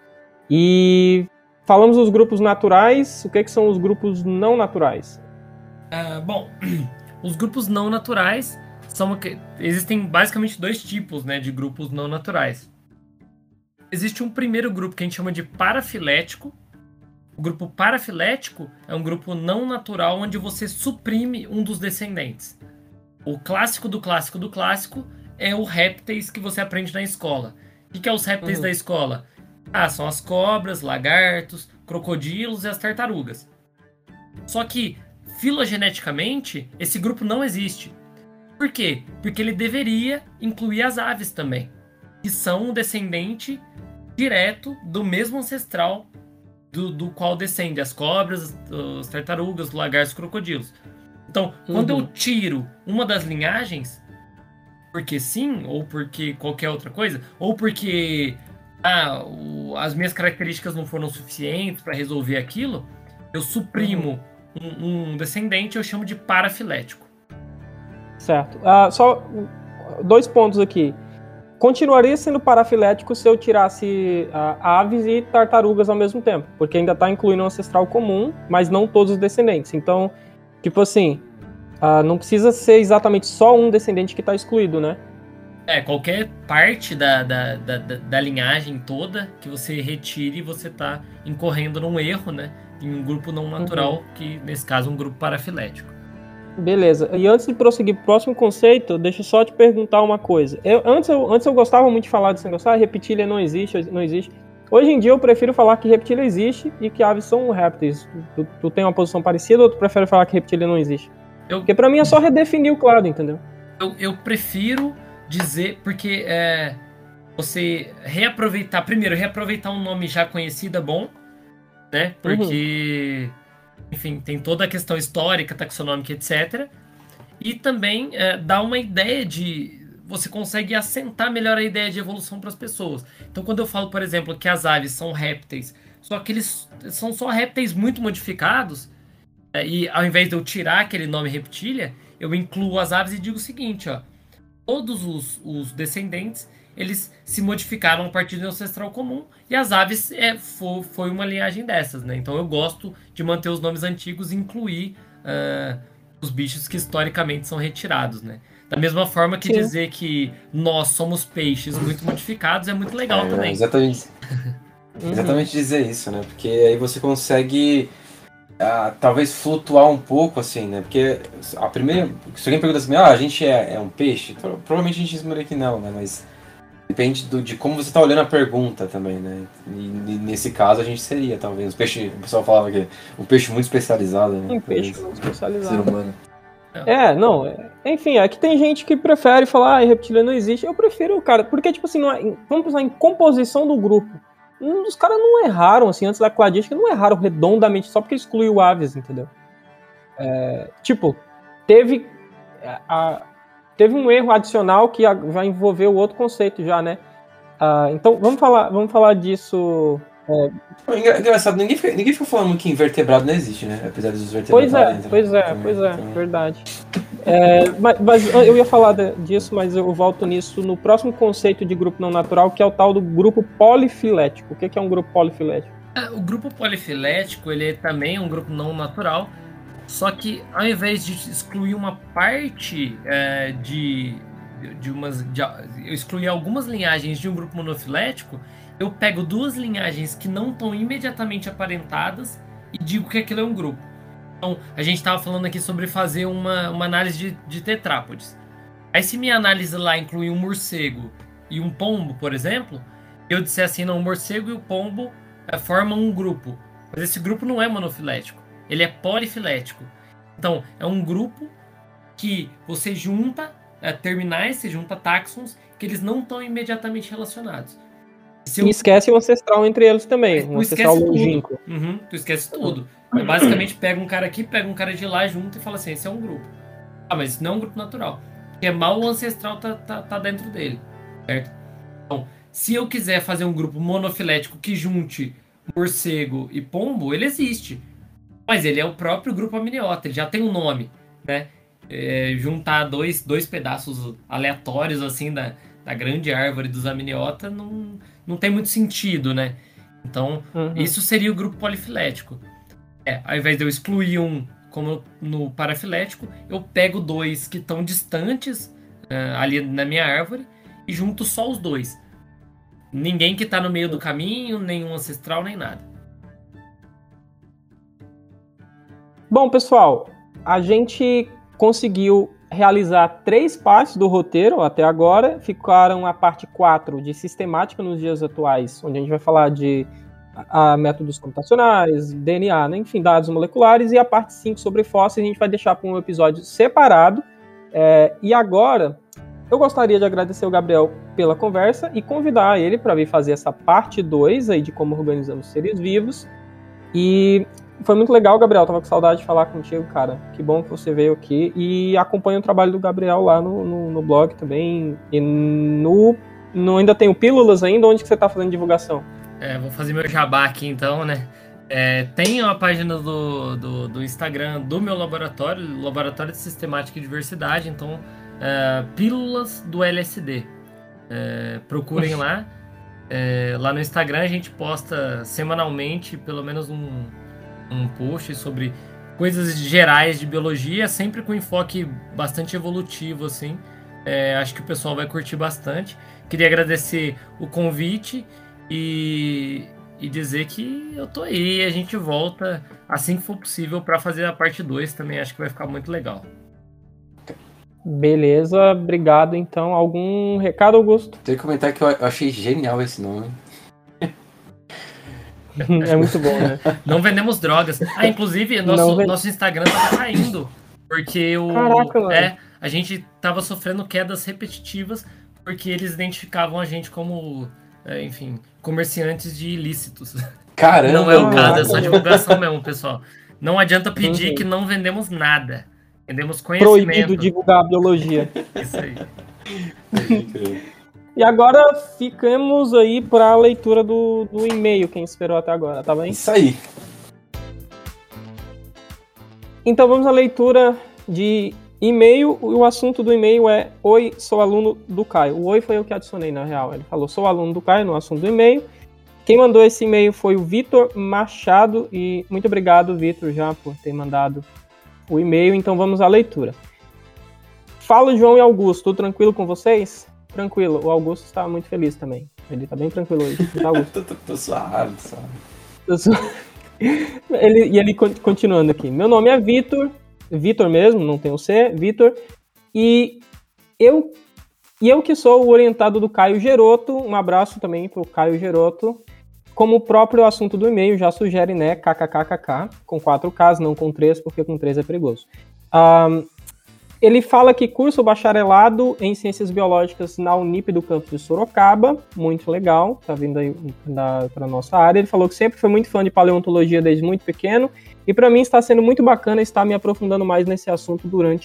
E falamos dos grupos naturais, o que, que são os grupos não naturais? Uh, bom, os grupos não naturais são... Existem basicamente dois tipos, né, de grupos não naturais. Existe um primeiro grupo que a gente chama de parafilético. O grupo parafilético é um grupo não natural onde você suprime um dos descendentes. O clássico do clássico do clássico é o répteis que você aprende na escola. O que é os répteis uhum. da escola? Ah, são as cobras, lagartos, crocodilos e as tartarugas. Só que, filogeneticamente, esse grupo não existe. Por quê? Porque ele deveria incluir as aves também, que são um descendente direto do mesmo ancestral Do, do qual descende as cobras, as tartarugas, os lagartos, os crocodilos. Então, quando uhum. eu tiro uma das linhagens, porque sim, ou porque qualquer outra coisa, ou porque ah, o, as minhas características não foram suficientes para resolver aquilo, eu suprimo uhum. um, um descendente, eu chamo de parafilético. Certo. Uh, só dois pontos aqui. Continuaria sendo parafilético se eu tirasse uh, aves e tartarugas ao mesmo tempo, porque ainda está incluindo um ancestral comum, mas não todos os descendentes. Então, tipo assim, uh, não precisa ser exatamente só um descendente que está excluído, né? É, qualquer parte da, da, da, da linhagem toda que você retire, você está incorrendo num erro, né? Em um grupo não natural, uhum. que nesse caso é um grupo parafilético. Beleza. E antes de prosseguir pro próximo conceito, deixa eu só te perguntar uma coisa. Eu, antes, eu, antes eu gostava muito de falar desse negócio, ah, reptília não existe, não existe. Hoje em dia eu prefiro falar que reptília existe e que aves são répteis. Tu, tu tem uma posição parecida ou tu prefere falar que reptília não existe? Eu, porque pra mim é só redefinir o clado, entendeu? Eu, eu prefiro dizer, porque é, você reaproveitar, primeiro, reaproveitar um nome já conhecido é bom, né? Porque... Uhum. Enfim, tem toda a questão histórica, taxonômica, etcétera. E também é, dá uma ideia de... Você consegue assentar melhor a ideia de evolução para as pessoas. Então, quando eu falo, por exemplo, que as aves são répteis, só que eles são só répteis muito modificados, é, e ao invés de eu tirar aquele nome reptília, eu incluo as aves e digo o seguinte, ó. Todos os, os descendentes, eles se modificaram a partir do ancestral comum, e as aves é, foi, foi uma linhagem dessas, né? Então eu gosto de manter os nomes antigos e incluir uh, os bichos que historicamente são retirados, né? Da mesma forma que Sim. dizer que nós somos peixes muito modificados é muito legal é, também. Exatamente. Exatamente dizer isso, né? Porque aí você consegue uh, talvez flutuar um pouco, assim, né? Porque a primeira... Se alguém pergunta assim, ah, a gente é, é um peixe? Provavelmente a gente responderia que não, né? Mas depende do, de como você está olhando a pergunta também, né? E, e nesse caso a gente seria, talvez. Um peixe, o pessoal falava que um peixe muito especializado, né? Um peixe muito especializado. Ser humano. É, não, é, enfim, é que tem gente que prefere falar, ah, reptília não existe. Eu prefiro, cara, porque, tipo assim, não é, vamos pensar em composição do grupo. Um, os caras não erraram, assim, antes da cladística, não erraram redondamente só porque excluiu aves, entendeu? É, tipo, teve a, a, teve um erro adicional que vai envolver o outro conceito já, né? Uh, então, vamos falar, vamos falar disso É engraçado, ninguém fica, ninguém fica falando que invertebrado não existe, né? Apesar dos vertebrados. Pois é, né? pois é, também, pois é, também. verdade. É, mas, mas eu ia falar de, disso, mas eu volto nisso no próximo conceito de grupo não natural, que é o tal do grupo polifilético. O que é um grupo polifilético? É, o grupo polifilético, ele é também um grupo não natural, só que ao invés de excluir uma parte é, de, de umas... De, eu excluir algumas linhagens de um grupo monofilético, eu pego duas linhagens que não estão imediatamente aparentadas e digo que aquilo é um grupo. Então, a gente estava falando aqui sobre fazer uma, uma análise de, de tetrápodes. Aí, se minha análise lá inclui um morcego e um pombo, por exemplo, eu disser assim, não, o morcego e o pombo é, formam um grupo. Mas esse grupo não é monofilético, ele é polifilético. Então, é um grupo que você junta é, terminais, você junta táxons, que eles não estão imediatamente relacionados. Se eu... E esquece o ancestral entre eles também, tu um ancestral longínquo. Uhum, tu esquece tudo. Eu basicamente pega um cara aqui, pega um cara de lá junto e fala assim, esse é um grupo. Ah, mas isso não é um grupo natural. Porque é mal o ancestral tá, tá, tá dentro dele, certo? Então, se eu quiser fazer um grupo monofilético que junte morcego e pombo, ele existe. Mas ele é o próprio grupo amniota, ele já tem um nome, né? É, juntar dois, dois pedaços aleatórios, assim, da, da grande árvore dos amniota não, não tem muito sentido, né? Então, uhum. Isso seria o grupo polifilético. É, ao invés de eu excluir um, como no parafilético, eu pego dois que estão distantes uh, ali na minha árvore e junto só os dois. Ninguém que está no meio do caminho, nenhum ancestral, nem nada. Bom, pessoal, a gente conseguiu realizar três partes do roteiro até agora. Ficaram a parte quatro de sistemática nos dias atuais, onde a gente vai falar de a métodos computacionais, D N A, né? Enfim, dados moleculares, e a parte cinco sobre fósseis a gente vai deixar para um episódio separado. É, e agora, eu gostaria de agradecer o Gabriel pela conversa e convidar ele para vir fazer essa parte dois aí de como organizamos seres vivos. E foi muito legal, Gabriel, tava com saudade de falar contigo, cara. Que bom que você veio aqui e acompanha o trabalho do Gabriel lá no, no, no blog também. E no, no ainda tem o Pílulas ainda, onde que você tá fazendo divulgação? É, vou fazer meu jabá aqui então, né? É, tem uma página do, do, do Instagram do meu laboratório, Laboratório de Sistemática e Diversidade, então, é, Pílulas do L S D. É, procurem lá. É, lá no Instagram a gente posta semanalmente pelo menos um, um post sobre coisas gerais de biologia, sempre com enfoque bastante evolutivo, assim. É, acho que o pessoal vai curtir bastante. Queria agradecer o convite e, e dizer que eu tô aí, a gente volta assim que for possível para fazer a parte dois também, acho que vai ficar muito legal. Beleza, obrigado. Então, algum recado, Augusto? Tem que comentar que eu achei genial esse nome. É muito bom, né? Não vendemos drogas. Ah, inclusive, nosso, vend... nosso Instagram tava caindo, porque o, Caraca, mano. É, a gente tava sofrendo quedas repetitivas porque eles identificavam a gente como, é, enfim, comerciantes de ilícitos. Caramba! Não é o caso, é só divulgação mesmo, pessoal. Não adianta pedir uhum. que não vendemos nada. Vendemos conhecimento. Proibido divulgar a biologia. Isso aí. E agora ficamos aí para a leitura do, do e-mail, quem esperou até agora, tá bem? Isso aí. Então vamos à leitura de e-mail. O assunto do e-mail é: Oi, sou aluno do Caio. O oi foi eu que adicionei, na real. Ele falou: sou aluno do Caio no assunto do e-mail. Quem mandou esse e-mail foi o Vitor Machado. E muito obrigado, Vitor, já por ter mandado o e-mail. Então vamos à leitura. Fala, João e Augusto, tudo tranquilo com vocês? Tranquilo, o Augusto está muito feliz também. Ele está bem tranquilo hoje. Tá, tô, tô, tô suave, suave. Ele, e ele continuando aqui. Meu nome é Vitor, Vitor mesmo, não tem o C, Vitor. E eu, e eu que sou o orientado do Caio Geroto, um abraço também para o Caio Geroto. Como o próprio assunto do e-mail já sugere, né? KKKKK, com quatro Ks, não com três, porque com três é perigoso. Um, ele fala que cursa o bacharelado em Ciências Biológicas na Unip do campus de Sorocaba, muito legal, tá vindo aí para a nossa área. Ele falou que sempre foi muito fã de paleontologia desde muito pequeno, e para mim está sendo muito bacana estar me aprofundando mais nesse assunto durante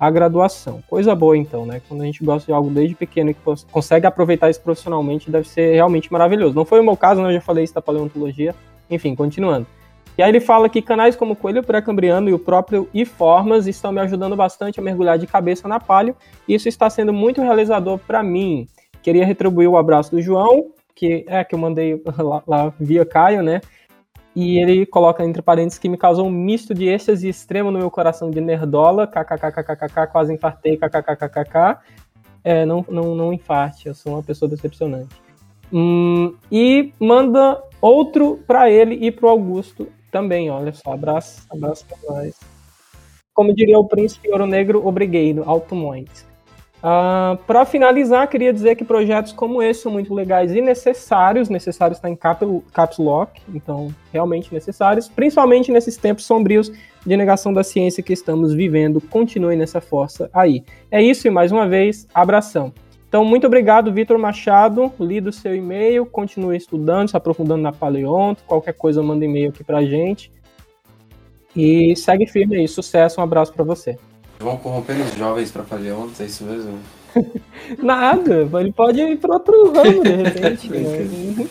a graduação. Coisa boa, então, né? Quando a gente gosta de algo desde pequeno e que consegue aproveitar isso profissionalmente, deve ser realmente maravilhoso. Não foi o meu caso, né? Eu já falei isso da paleontologia. Enfim, continuando. E aí ele fala que canais como o Coelho Pré-Cambriano e o próprio iFormas estão me ajudando bastante a mergulhar de cabeça na paleo, e isso está sendo muito realizador para mim. Queria retribuir o abraço do João, que é que eu mandei lá, lá via Caio, né? E ele coloca entre parênteses que me causou um misto de êxtase extremo no meu coração de nerdola, kkkkkk, quase infartei, kkkkkk. É, não, não, não infarte, eu sou uma pessoa decepcionante. Hum, e manda outro para ele e pro Augusto também, olha só, abraço, abraço pra nós. Como diria o príncipe Ouro Negro, obrigado, alto muito. Uh, para finalizar, queria dizer que projetos como esse são muito legais e necessários, necessários está em cap, caps lock, então realmente necessários, principalmente nesses tempos sombrios de negação da ciência que estamos vivendo. Continue nessa força aí. É isso e mais uma vez, abração. Então, muito obrigado, Vitor Machado, lido o seu e-mail, continue estudando, se aprofundando na paleonto, qualquer coisa manda e-mail aqui pra gente. E segue firme aí, sucesso, um abraço para você. Vão corrompendo os jovens para paleontos, é isso mesmo? Nada, ele pode ir para outro ramo, de repente. Né?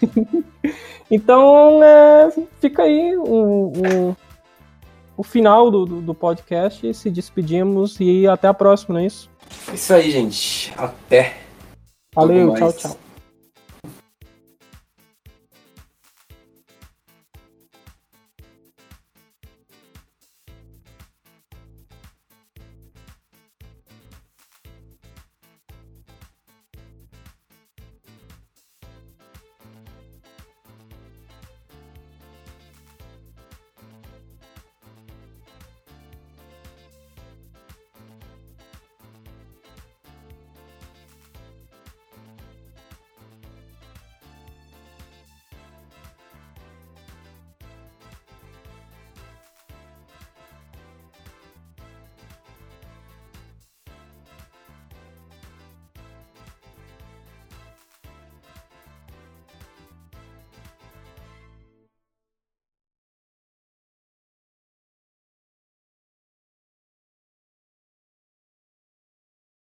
Então, é, fica aí o, o, o final do, do, do podcast, se despedimos e até a próxima, não é isso? Isso aí, gente. Até. Valeu, tchau, tchau.